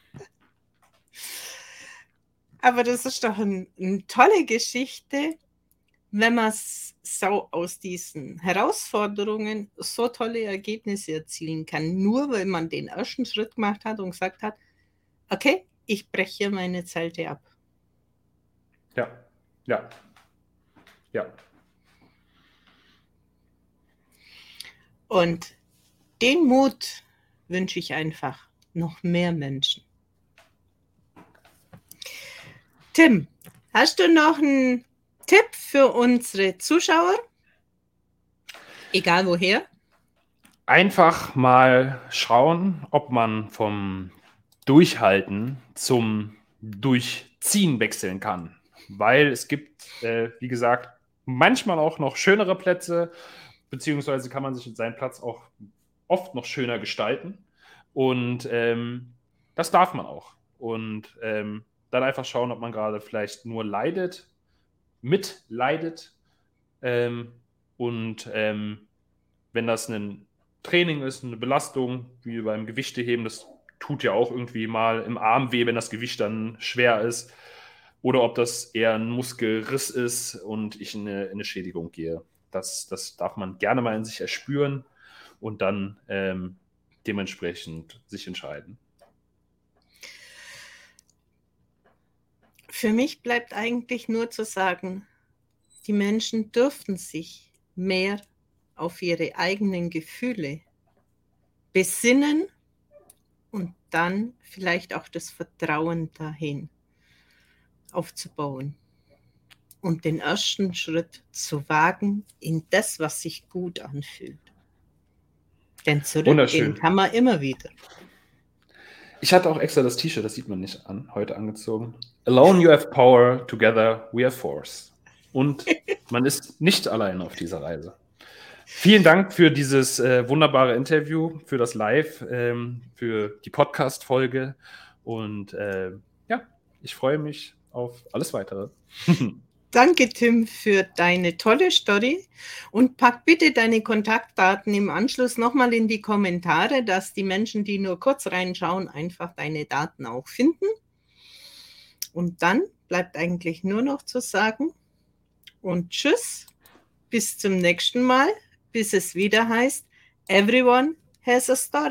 Aber das ist doch ein, eine tolle Geschichte, wenn man so aus diesen Herausforderungen so tolle Ergebnisse erzielen kann, nur weil man den ersten Schritt gemacht hat und gesagt hat, okay, ich breche meine Zelte ab. Ja, ja, ja. Und den Mut wünsche ich einfach noch mehr Menschen. Tim, hast du noch einen Tipp für unsere Zuschauer? Egal woher. Einfach mal schauen, ob man vom Durchhalten zum Durchziehen wechseln kann. Weil es gibt, äh, wie gesagt, manchmal auch noch schönere Plätze, beziehungsweise kann man sich seinen Platz auch oft noch schöner gestalten. Und ähm, das darf man auch. Und ähm, dann einfach schauen, ob man gerade vielleicht nur leidet, mitleidet ähm, und ähm, wenn das ein Training ist, eine Belastung, wie beim Gewichteheben, das tut ja auch irgendwie mal im Arm weh, wenn das Gewicht dann schwer ist. Oder ob das eher ein Muskelriss ist und ich in eine, in eine Schädigung gehe. Das, das darf man gerne mal in sich erspüren und dann ähm, dementsprechend sich entscheiden. Für mich bleibt eigentlich nur zu sagen, die Menschen dürften sich mehr auf ihre eigenen Gefühle besinnen und dann vielleicht auch das Vertrauen dahin aufzubauen und den ersten Schritt zu wagen in das, was sich gut anfühlt. Denn zurückgehen kann man immer wieder. Ich hatte auch extra das T-Shirt, das sieht man nicht an, heute angezogen. Alone you have power, together we have force. Und man ist nicht allein auf dieser Reise. Vielen Dank für dieses äh, wunderbare Interview, für das Live, ähm, für die Podcast-Folge. Und äh, ja, ich freue mich auf alles Weitere. Danke, Tim, für deine tolle Story und pack bitte deine Kontaktdaten im Anschluss nochmal in die Kommentare, dass die Menschen, die nur kurz reinschauen, einfach deine Daten auch finden. Und dann bleibt eigentlich nur noch zu sagen und tschüss, bis zum nächsten Mal, bis es wieder heißt, everyone has a story.